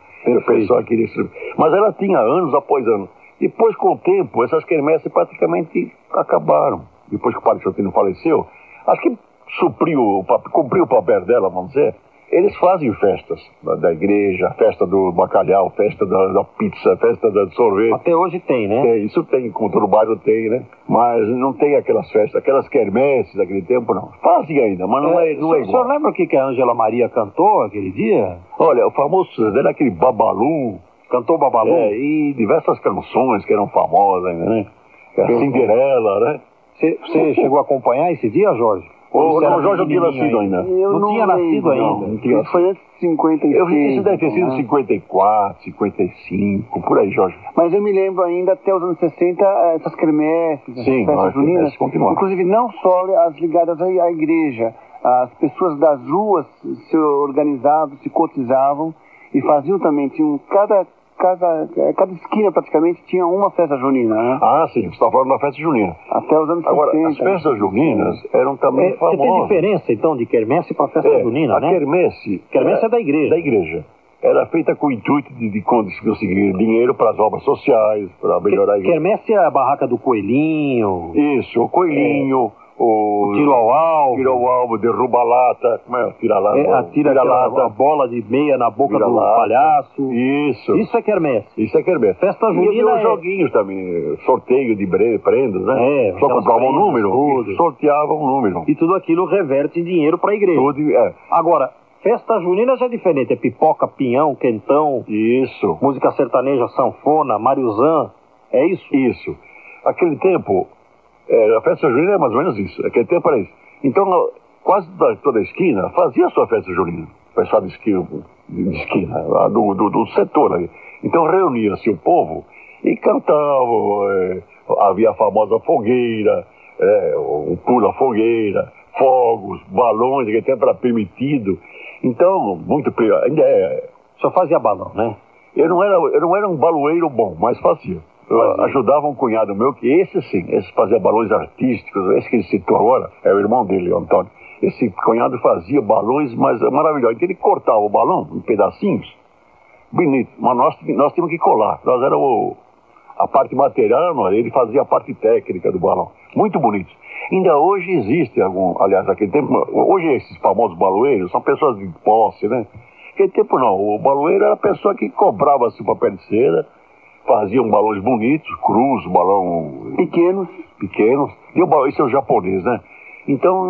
O pessoal queria... Mas ela tinha anos após anos. Depois, com o tempo, essas quermesses praticamente acabaram. Depois que o Padre Constantino faleceu, acho que supriu, cumpriu o papel dela, vamos dizer. Eles fazem festas da, da igreja, festa do bacalhau, festa da, da pizza, festa do sorvete. Até hoje tem, né? É, isso tem, como todo bairro tem, né? Mas não tem aquelas festas, aquelas quermesses daquele tempo, não. Fazem ainda, mas não é, é, não é igual. O senhor lembra o que a Ângela Maria cantou aquele dia? Olha, o famoso era aquele Babalu. Cantou Babalu? É, e diversas canções que eram famosas ainda, né? A Cinderela, né? Você chegou a acompanhar esse dia, Jorge? O não, Jorge não tinha nascido ainda. Eu não, não tinha nascido ainda. Não, não tinha. Isso foi antes de cinquenta e seis. Eu vi isso deve ter sido né? cinquenta e quatro, cinquenta e cinco, por aí, Jorge. Mas eu me lembro ainda, até os anos sessenta, essas quermesses, Sim, festas juninas, inclusive não só as ligadas à igreja. As pessoas das ruas se organizavam, se cotizavam e faziam também, tinham cada... Cada, cada esquina praticamente tinha uma festa junina, né? Ah, sim, você está falando da festa junina. Até os anos Agora, sessenta. as festas juninas eram também é, famosas. Tem diferença, então, de quermesse para festa é, junina, a né? A quermesse... Quermesse é da igreja. Da igreja. Era feita com o intuito de, de conseguir dinheiro para as obras sociais, para melhorar a igreja. Quermesse é a barraca do coelhinho. Isso, o coelhinho... É. O, o tiro ao alvo. Tiro ao alvo, derruba a lata. Como é? Tira a lata. É, atira tira a, lata. a bola de meia na boca do lata. palhaço. Isso. Isso é quermesse. Isso é quermesse. Festa junina. E os é... joguinhos também. Sorteio de prendas, né? É, só comprava um número tudo. e sorteava um número. E tudo aquilo reverte em dinheiro para a igreja. Tudo, é. Agora, festa junina já é diferente. É pipoca, pinhão, quentão. Isso. Música sertaneja, sanfona, mariuzã. É isso? Isso. Aquele tempo... É, a festa junina é mais ou menos isso. Aquele tempo era isso. Então, quase toda, toda a esquina fazia a sua festa junina. O pessoal de esquina, de esquina lá do, do, do setor ali. Então, reunia-se o povo e cantavam. É, havia a famosa fogueira, é, o pula-fogueira, fogos, balões, aquele tempo era permitido. Então, muito... Ainda é... Só fazia balão, né? Eu não era, eu não era um baloeiro bom, mas fazia. Eu ajudava um cunhado meu, que esse sim, esse fazia balões artísticos, esse que ele citou agora, é o irmão dele, o Antônio. Esse cunhado fazia balões, mas maravilhosos. Então ele cortava o balão em pedacinhos, bonito, mas nós, nós tínhamos que colar. Nós era o, a parte material, ele fazia a parte técnica do balão. Muito bonito. Ainda hoje existe algum, aliás, naquele tempo, hoje esses famosos baloeiros são pessoas de posse, né? Naquele tempo não, o baloeiro era a pessoa que cobrava-se o papel de seda, faziam balões bonitos, cruz, balão... Pequenos. Pequenos. E o balão, isso é o japonês, né? Então,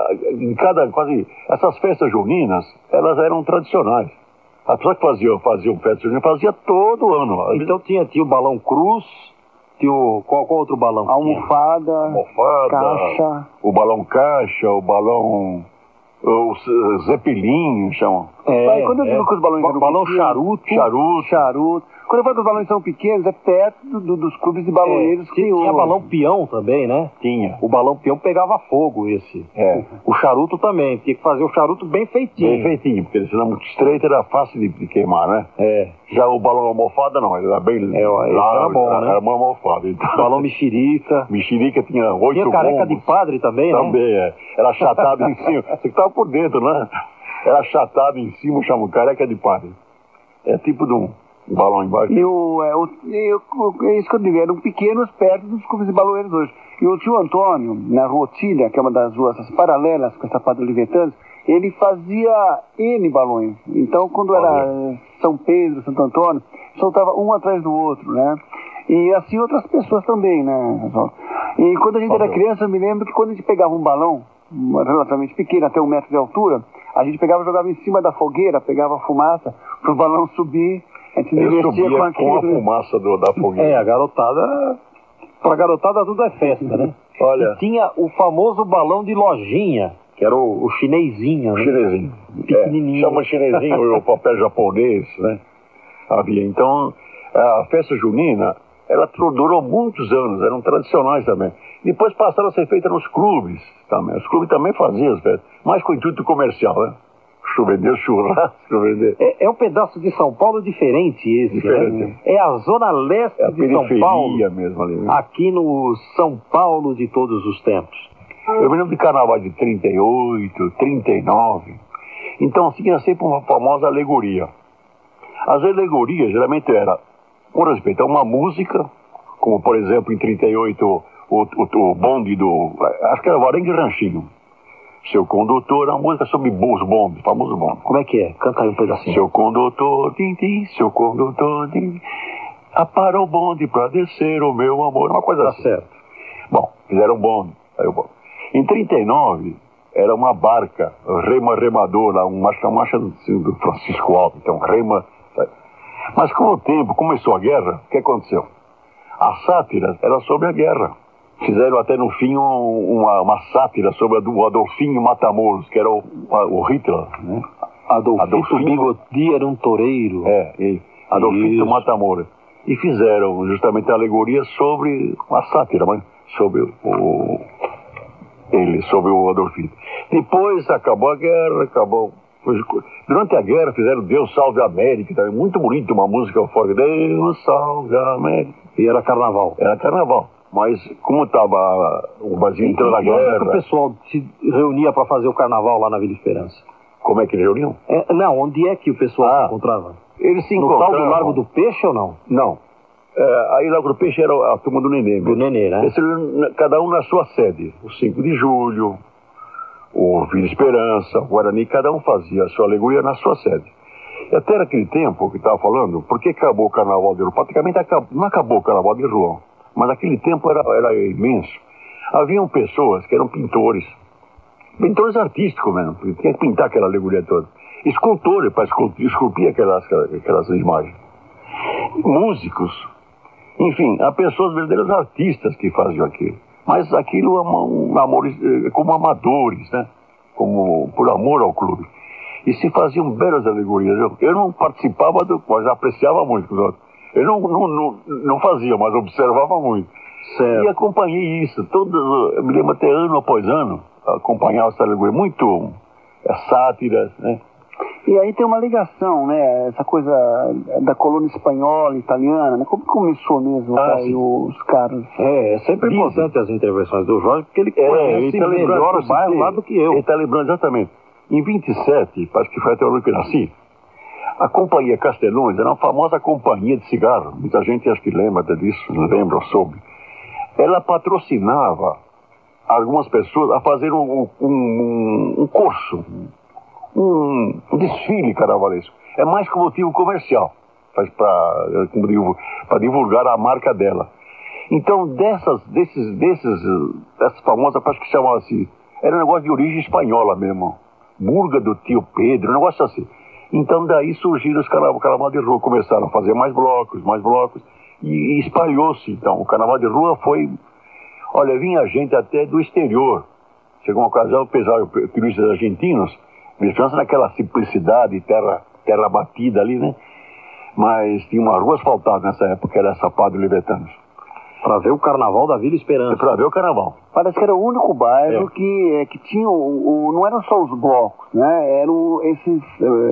em cada, quase... Essas festas juninas, elas eram tradicionais. A pessoa que fazia, fazia festa junina fazia todo ano. Então tinha, tinha o balão cruz, tinha o... Qual, qual outro balão? Almofada, Almofada, caixa. O balão caixa, o balão... O zeppelin, chamam. É, Aí, quando eu digo é. que os balões ba balão charuto. Charuto. Charuto. Quando eu falo dos balões são pequenos, é perto do, do, dos clubes de baloeiros é, que tinha o... balão peão também, né? Tinha. O balão peão pegava fogo, esse. É. O charuto também, tinha que fazer o charuto bem feitinho. Bem feitinho, porque se não muito estreito era fácil de, de queimar, né? É. Já o balão almofada não, ele era bem É, largo, era bom, era, né? era uma almofada. Então... Balão mexerica. Mexerica tinha oito Tinha careca bombos. de padre também, né? Também, é. Era achatado em cima. Você que estava por dentro, né? Era achatado em cima, chama careca de padre. É tipo de um balão embaixo. E o, é, o, e o, é isso que eu digo, eram pequenos perto dos clubes de baloeiros hoje. E o tio Antônio, na Rua Otília, que é uma das ruas paralelas com essa Padre Olivetano, ele fazia N balões. Então, quando era São Pedro, Santo Antônio, soltava um atrás do outro, né? E assim outras pessoas também, né? E quando a gente era criança, eu me lembro que quando a gente pegava um balão, relativamente pequeno, até um metro de altura, a gente pegava e jogava em cima da fogueira, pegava fumaça, para o balão subir, a gente Eu divertia subia com com, aquilo. a fumaça do, da fogueira. É, a garotada... Pra garotada tudo é festa, né? Olha... E tinha o famoso balão de lojinha, que era o, o chinesinho, né? Chinesinho. Pequenininho. É, chama chinesinho o papel japonês, né? Havia. Então, a festa junina, ela durou muitos anos, eram tradicionais também. Depois passaram a ser feitas nos clubes também. Os clubes também faziam as festas, mas com intuito comercial, né? Vender churrasco, vender... É, é um pedaço de São Paulo diferente esse, Diferente. Né? É a zona leste É a de São Paulo, mesmo ali, né? aqui no São Paulo de todos os tempos. Eu me lembro de carnaval de trinta e oito, trinta e nove. Então, assim, era sempre uma famosa alegoria. As alegorias, geralmente, era, por respeito a uma música, como, por exemplo, em trinta e oito, o, o, o bonde do... Acho que era o Arengue Ranchinho. Seu condutor, a música sobre os bondes, famoso bonde. Como é que é? Canta aí um pedacinho. Seu condutor, tim, tim, seu condutor, tim, apara o bonde pra descer o meu amor. Uma coisa Tá assim. certo. Bom, fizeram um bonde. Aí o bonde. Em trinta e nove, era uma barca, rema remadora, uma marcha, uma marcha do, do Francisco Alves, então rema. Mas com o tempo, começou a guerra, o que aconteceu? As sátiras eram sobre a guerra. Fizeram até no fim um, uma, uma sátira sobre o Adolfinho Matamoros, que era o, o Hitler, né? Adolfito, Adolfinho Bigoti era um toureiro. É, e Adolfito Matamoros. E fizeram justamente a alegoria sobre uma sátira, mas sobre o ele, sobre o Adolfito. Depois acabou a guerra, acabou... Durante a guerra fizeram Deus Salve a América, também muito bonito, uma música forte, Deus Salve a América. E era carnaval. Era carnaval. Mas como estava o Brasil entrando na guerra... Como é que o pessoal se reunia para fazer o carnaval lá na Vila Esperança? Como é que eles reuniam? É, não, onde é que o pessoal Ah, se encontrava? Eles se No encontravam... tal do Largo do Peixe ou não? Não. É, aí Largo do Peixe era a turma do Nenê. Do Nenê, né? Esse, cada um na sua sede. O cinco de julho, o Vila Esperança, o Guarani, cada um fazia a sua alegoria na sua sede. E até naquele tempo que estava falando, por que acabou o Carnaval de Rua? Praticamente acabou, não acabou o Carnaval de Rua, mas naquele tempo era, era imenso. Haviam pessoas que eram pintores, pintores artísticos mesmo, tinha que pintar aquela alegoria toda. Escultores para esculpir aquelas, aquelas imagens. Músicos, enfim, há pessoas verdadeiros artistas que faziam aquilo. Mas aquilo é um, um amor, como amadores, né? Como por amor ao clube. E se faziam belas alegorias. Eu, eu não participava, do, mas apreciava muito. Eu não, não, não, não fazia, mas observava muito. Certo. E acompanhei isso. Todos, eu me lembro até ano após ano, acompanhava essa alegoria. Muito é, sátiras, né? E aí tem uma ligação, né? Essa coisa da colônia espanhola, italiana, né? Como começou mesmo, ah, aí, os caras? É, é sempre Dizem. importante as intervenções do Jorge, porque ele é, conhece ele tá melhor o bairro lá do que eu. Ele está lembrando exatamente. Em vinte e sete, acho que foi até o ano que eu nasci, a Companhia Castelões era uma famosa companhia de cigarro. Muita gente acho que lembra disso, lembra ou soube. Ela patrocinava algumas pessoas a fazer um, um, um, um curso, um, um desfile carnavalesco. É mais com motivo comercial, para divulgar a marca dela. Então, dessas, desses, desses, dessas famosas, acho que chamava-se, era um negócio de origem espanhola mesmo. Burga do Tio Pedro, um negócio assim. Então daí surgiram os carnaval, carnaval de rua, começaram a fazer mais blocos, mais blocos, e, e espalhou-se então. O carnaval de rua foi, olha, vinha gente até do exterior. Chegou uma ocasião, pesaram turistas argentinos, pensando naquela simplicidade, terra, terra batida ali, né? mas tinha uma rua asfaltada nessa época, que era essa Padre Livetanos. Para ver o carnaval da Vila Esperança. Para ver o carnaval. Parece que era o único bairro é. que, é, que tinha, o, o, não eram só os blocos, né? Eram esses,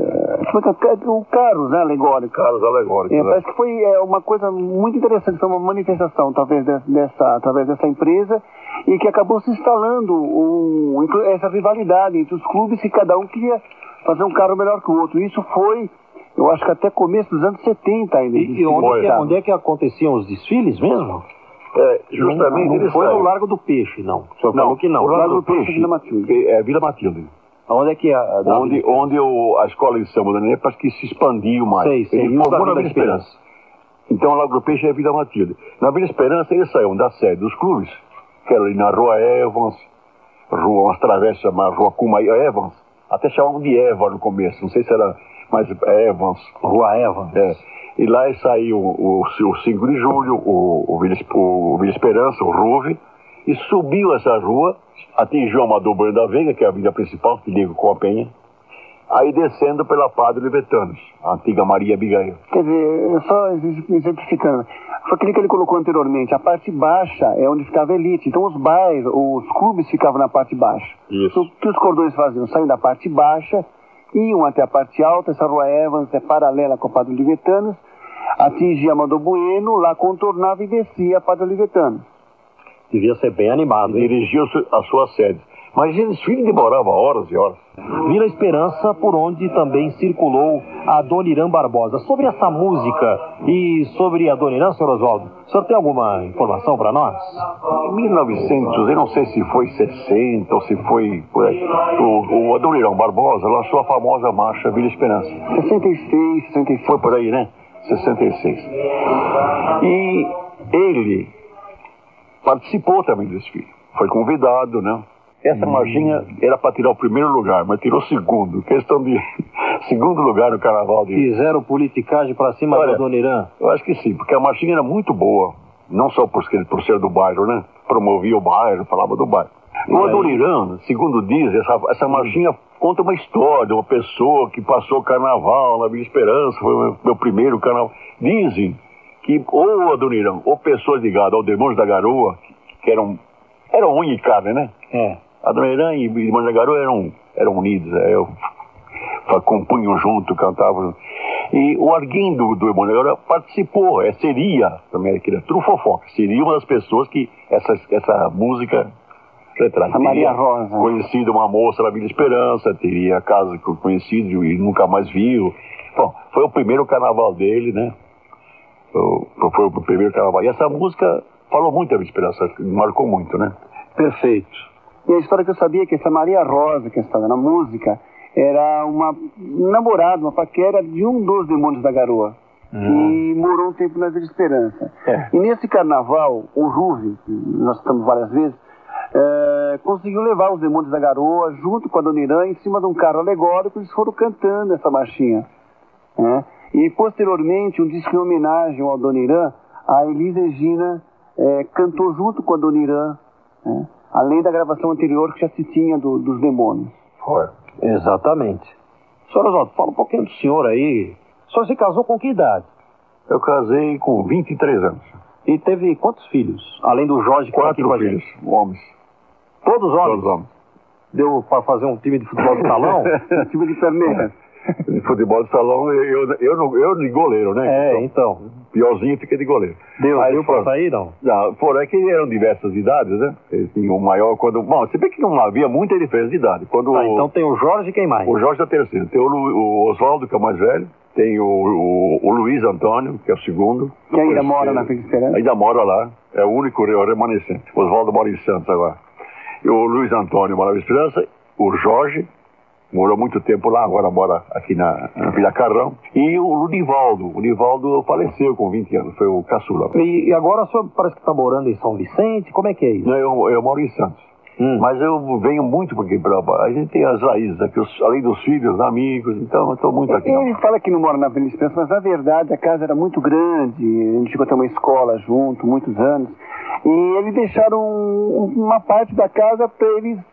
uh, o carros, né, alegóricos. Carros alegóricos. É, né? parece que foi é, uma coisa muito interessante, foi uma manifestação, talvez, dessa, através dessa empresa, e que acabou se instalando um, essa rivalidade entre os clubes, que cada um queria fazer um carro melhor que o outro. Isso foi, eu acho que até começo dos anos setenta ainda. E, e onde, que, onde é que aconteciam os desfiles mesmo? É, justamente não, não foi saiu. no Largo do Peixe, não. O senhor não, falou que não. O Largo, Largo do Peixe, Peixe Vila Matilde. É Vila Matilde. Onde é que é? Onde, onde o, a escola de samba da Nenê parece que se expandiu mais. Sei, sei. Ele formou na Vila Esperança. Esperança. Então o Largo do Peixe é Vila Matilde. Na Vila Esperança eles saíram da sede dos clubes, que era ali na Rua Evans, rua, umas travessas chamadas Rua Cuma Evans, até chamavam de Eva no começo, não sei se era mais Evans. Rua Evans. É. E lá saiu o, o cinco de julho, o, o, Vila, o Vila Esperança, o Ruve, e subiu essa rua, atingiu a Amador Bueno da Veiga, que é a avenida principal, que liga com a Penha, aí descendo pela Padre Livetanos, a antiga Maria Abigail. Quer dizer, só exemplificando, foi aquilo que ele colocou anteriormente, a parte baixa é onde ficava a elite, então os bairros, os clubes ficavam na parte baixa. Isso. O que os cordões faziam? Saíam da parte baixa, iam até a parte alta, essa Rua Evans é paralela com a Padre Livetanos, atingia Amador Bueno, lá contornava e descia a Padre Livetanos. Devia ser bem animado, hein? Dirigiu a sua sede. Mas esse desfile demorava horas e horas. Vila Esperança, por onde também circulou a Dona Irã Barbosa. Sobre essa música e sobre a Dona Irã, senhor Oswaldo, o senhor tem alguma informação para nós? Em mil e novecentos, eu não sei se foi sessenta ou se foi por aí, o, o Dona Irã Barbosa lançou a famosa marcha Vila Esperança. sessenta e seis, sessenta e seis. Foi por aí, né? sessenta e seis. E ele participou também do desfile. Foi convidado, né? Essa hum. marchinha era para tirar o primeiro lugar, mas tirou o segundo. Questão de segundo lugar no carnaval dele. Fizeram politicagem para cima Olha, da Dona Irã? Eu acho que sim, porque a marchinha era muito boa. Não só por, por ser do bairro, né? Promovia o bairro, falava do bairro. E a Dona Irã, segundo diz, essa, essa marchinha conta uma história de uma pessoa que passou o carnaval na Vila Esperança, foi o meu, meu primeiro carnaval. Dizem que ou a Dona Irã, ou pessoas ligadas ao Demônios da Garoa, que eram, eram unha e carne, né? É. A Dona Irã e o Demônios da Garoa eram, eram unidos, é, eu, compunham junto, cantavam. E o Arguim do, do Demônios da Garoa participou, é, seria, também aquele trufofoca, seria uma das pessoas que essa, essa música retrata. A Maria Rosa. Conhecido uma moça na Vila Esperança, teria casa conhecido e nunca mais viu. Bom, foi o primeiro carnaval dele, né? Foi, foi o primeiro carnaval. E essa música falou muito da Vila Esperança, marcou muito, né? Perfeito. E a história que eu sabia é que essa Maria Rosa, que estava na música, era uma namorada, uma paquera de um dos Demônios da Garoa, hum. que morou um tempo na Vila Esperança. É. E nesse carnaval, o Ruve, que nós estamos várias vezes, é, conseguiu levar os Demônios da Garoa junto com a Dona Irã em cima de um carro alegórico. Eles foram cantando essa marchinha, né? E posteriormente, um disco em homenagem ao Dona Irã, a Elis Regina é, cantou junto com a Dona Irã, né? Além da gravação anterior que já se tinha do, dos Demônios. Foi. Exatamente. Senhor Oswaldo, fala um pouquinho do senhor aí. O senhor se casou com que idade? Eu casei com vinte e três anos. E teve quantos filhos? Além do Jorge, que Quatro tá aqui com a filhos, gente. homens. Todos homens? Todos homens. Deu para fazer um time de futebol de salão? Um time de pernas. De futebol de salão, eu, eu, eu, eu de goleiro, né? É, então. Piorzinho fica de goleiro. Deu, Aí, deu para sair, não? Não, foram é que eram diversas idades, né? Eles tinham o maior quando... Bom, se bem que não havia muita diferença de idade. Quando ah, então tem o Jorge e quem mais? O Jorge é o terceiro. Tem o, Lu, o Oswaldo, que é o mais velho. Tem o, o, o Luiz Antônio, que é o segundo. Que ainda mora na Vila Esperança. Ainda mora lá. É o único remanescente. O Oswaldo mora em Santos agora. E o Luiz Antônio mora na Vila Esperança. O Jorge morou muito tempo lá, agora mora aqui na, na Vila Carrão. E o Nivaldo. O Nivaldo faleceu com vinte anos, foi o caçula. E, e agora o senhor parece que está morando em São Vicente? Como é que é isso? Não, eu, eu moro em Santos. Hum. Mas eu venho muito porque pra, a gente tem as raízes aqui, os, além dos filhos, amigos, então eu estou muito aqui. Ele não. fala que não mora na Vila Esperança, mas na verdade a casa era muito grande, a gente chegou a ter uma escola junto, muitos anos, e eles deixaram uma parte da casa para eles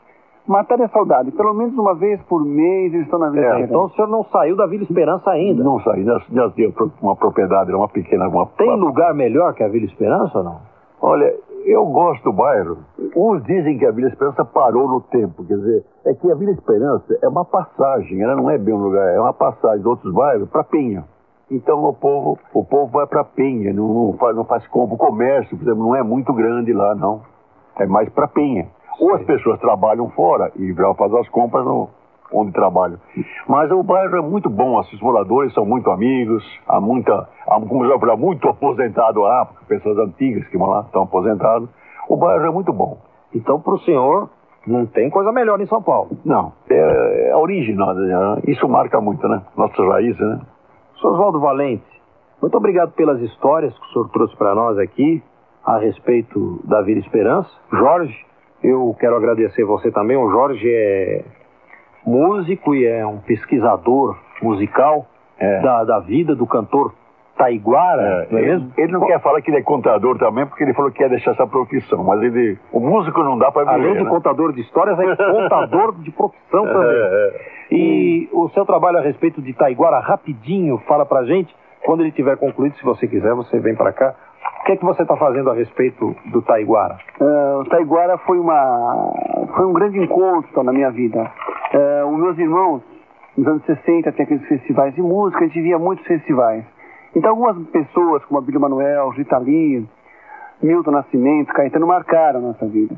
matar a saudade. Pelo menos uma vez por mês eles estão na Vila É, Esperança. então o senhor não saiu da Vila Esperança ainda? Não saí, já, já deu uma propriedade, uma pequena... Uma, Tem uma... lugar melhor que a Vila Esperança ou não? Olha, eu gosto do bairro. Uns dizem que a Vila Esperança parou no tempo, quer dizer, é que a Vila Esperança é uma passagem, ela não é bem um lugar, é uma passagem de outros bairros para Penha. Então o povo, o povo vai para Penha, não, não, faz, não faz compra. O comércio, por exemplo, não é muito grande lá, não. É mais para Penha. Ou as pessoas trabalham fora e vão fazer as compras no, onde trabalham. Mas o bairro é muito bom, os moradores são muito amigos, há muita, há, como já falei, muito aposentado lá, porque pessoas antigas que vão lá estão aposentados. O bairro é muito bom. Então, para o senhor, não tem coisa melhor em São Paulo? Não, é, é a origem, né? Isso marca muito, né? Nossas raízes, né? senhor Oswaldo Valente, muito obrigado pelas histórias que o senhor trouxe para nós aqui a respeito da Vila Esperança. Jorge, eu quero agradecer você também. O Jorge é músico e é um pesquisador musical é. da, da vida do cantor Taiguara, é, não é ele, mesmo? Ele não Bom, quer falar que ele é contador também, porque ele falou que quer deixar essa profissão, mas ele, o músico não dá para viver. Além de né? contador de histórias, é contador de profissão também. É, é. E o seu trabalho a respeito de Taiguara, rapidinho, fala pra gente. Quando ele tiver concluído, se você quiser, você vem pra cá. O que é que você está fazendo a respeito do Taiguara? Uh, o Taiguara foi, uma, foi um grande encontro na minha vida. Uh, os meus irmãos, nos anos sessenta, tem aqueles festivais de música, a gente via muitos festivais. Então algumas pessoas, como Abílio Manuel, Rita Lee, Milton Nascimento, Caetano, marcaram a nossa vida.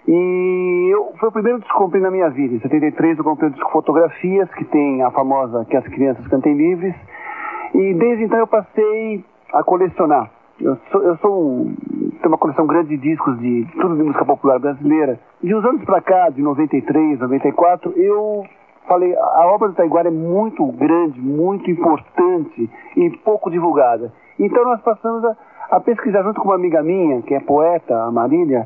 E eu, foi o primeiro disco que comprei na minha vida. Em setenta e três eu comprei o disco Fotografias, que tem a famosa Que as Crianças Cantem Livres. E desde então eu passei a colecionar. Eu sou, eu sou um, tenho uma coleção grande de discos de tudo de música popular brasileira. De uns anos pra cá, de noventa e três, noventa e quatro, eu falei, a obra do Taiguara é muito grande, muito importante e pouco divulgada. Então nós passamos a, a pesquisar junto com uma amiga minha, que é poeta, a Marília.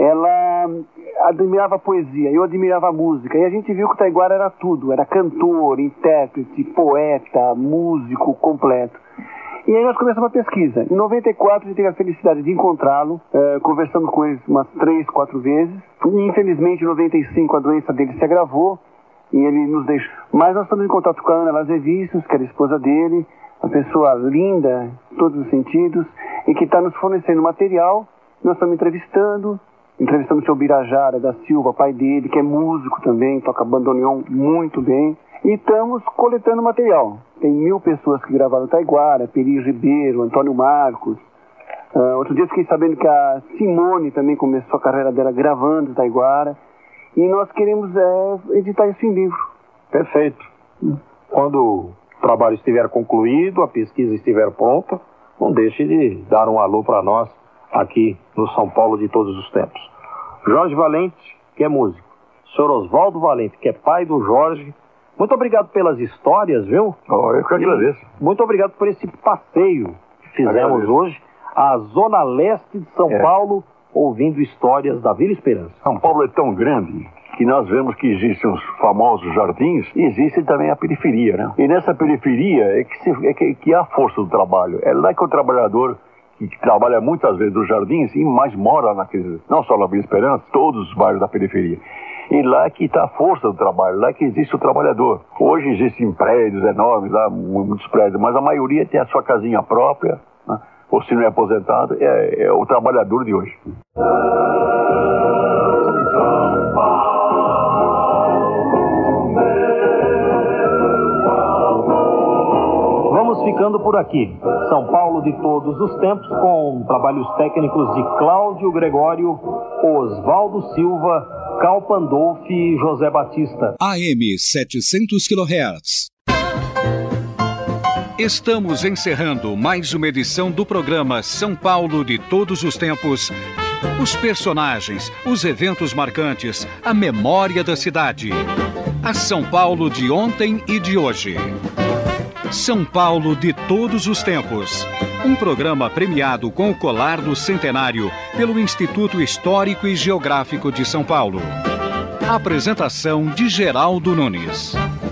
Ela admirava a poesia, eu admirava a música. E a gente viu que o Taiguara era tudo, era cantor, intérprete, poeta, músico completo. E aí nós começamos a pesquisa. Em noventa e quatro a gente teve a felicidade de encontrá-lo, eh, conversamos com ele umas três, quatro vezes. E infelizmente em noventa e cinco a doença dele se agravou e ele nos deixou. Mas nós estamos em contato com a Ana Lazevissos, que era a esposa dele, uma pessoa linda em todos os sentidos, e que está nos fornecendo material. Nós estamos entrevistando, entrevistamos o seu Birajara da Silva, pai dele, que é músico também, toca bandoneon muito bem. E estamos coletando material. Tem mil pessoas que gravaram Taiguara, Peri Ribeiro, Antônio Marcos. Uh, outro dia fiquei sabendo que a Simone também começou a carreira dela gravando Taiguara. E nós queremos é, editar isso em livro. Perfeito. Hum. Quando o trabalho estiver concluído, a pesquisa estiver pronta, não deixe de dar um alô para nós aqui no São Paulo de todos os tempos. Jorge Valente, que é músico. senhor Oswaldo Valente, que é pai do Jorge. Muito obrigado pelas histórias, viu? Oh, eu que agradeço. E muito obrigado por esse passeio que fizemos agradeço. hoje à Zona Leste de São é. Paulo, ouvindo histórias da Vila Esperança. São Paulo é tão grande que nós vemos que existem os famosos jardins e existe também a periferia, né? E nessa periferia é que, se, é que, que há a força do trabalho. É lá que o trabalhador que, que trabalha muitas vezes nos jardins e mais mora naqueles, não só na Vila Esperança, todos os bairros da periferia. E lá que está a força do trabalho, lá que existe o trabalhador. Hoje existem prédios enormes, lá, muitos prédios, mas a maioria tem a sua casinha própria, né? Ou se não é aposentado, é, é o trabalhador de hoje. Vamos ficando por aqui. São Paulo de todos os tempos, com trabalhos técnicos de Cláudio Gregório, Oswaldo Silva, Cal Pandolfi e José Batista. A M setecentos quilohertz. Estamos encerrando mais uma edição do programa São Paulo de todos os tempos. Os personagens, os eventos marcantes, a memória da cidade. A São Paulo de ontem e de hoje. São Paulo de todos os tempos. Um programa premiado com o colar do centenário pelo Instituto Histórico e Geográfico de São Paulo. Apresentação de Geraldo Nunes.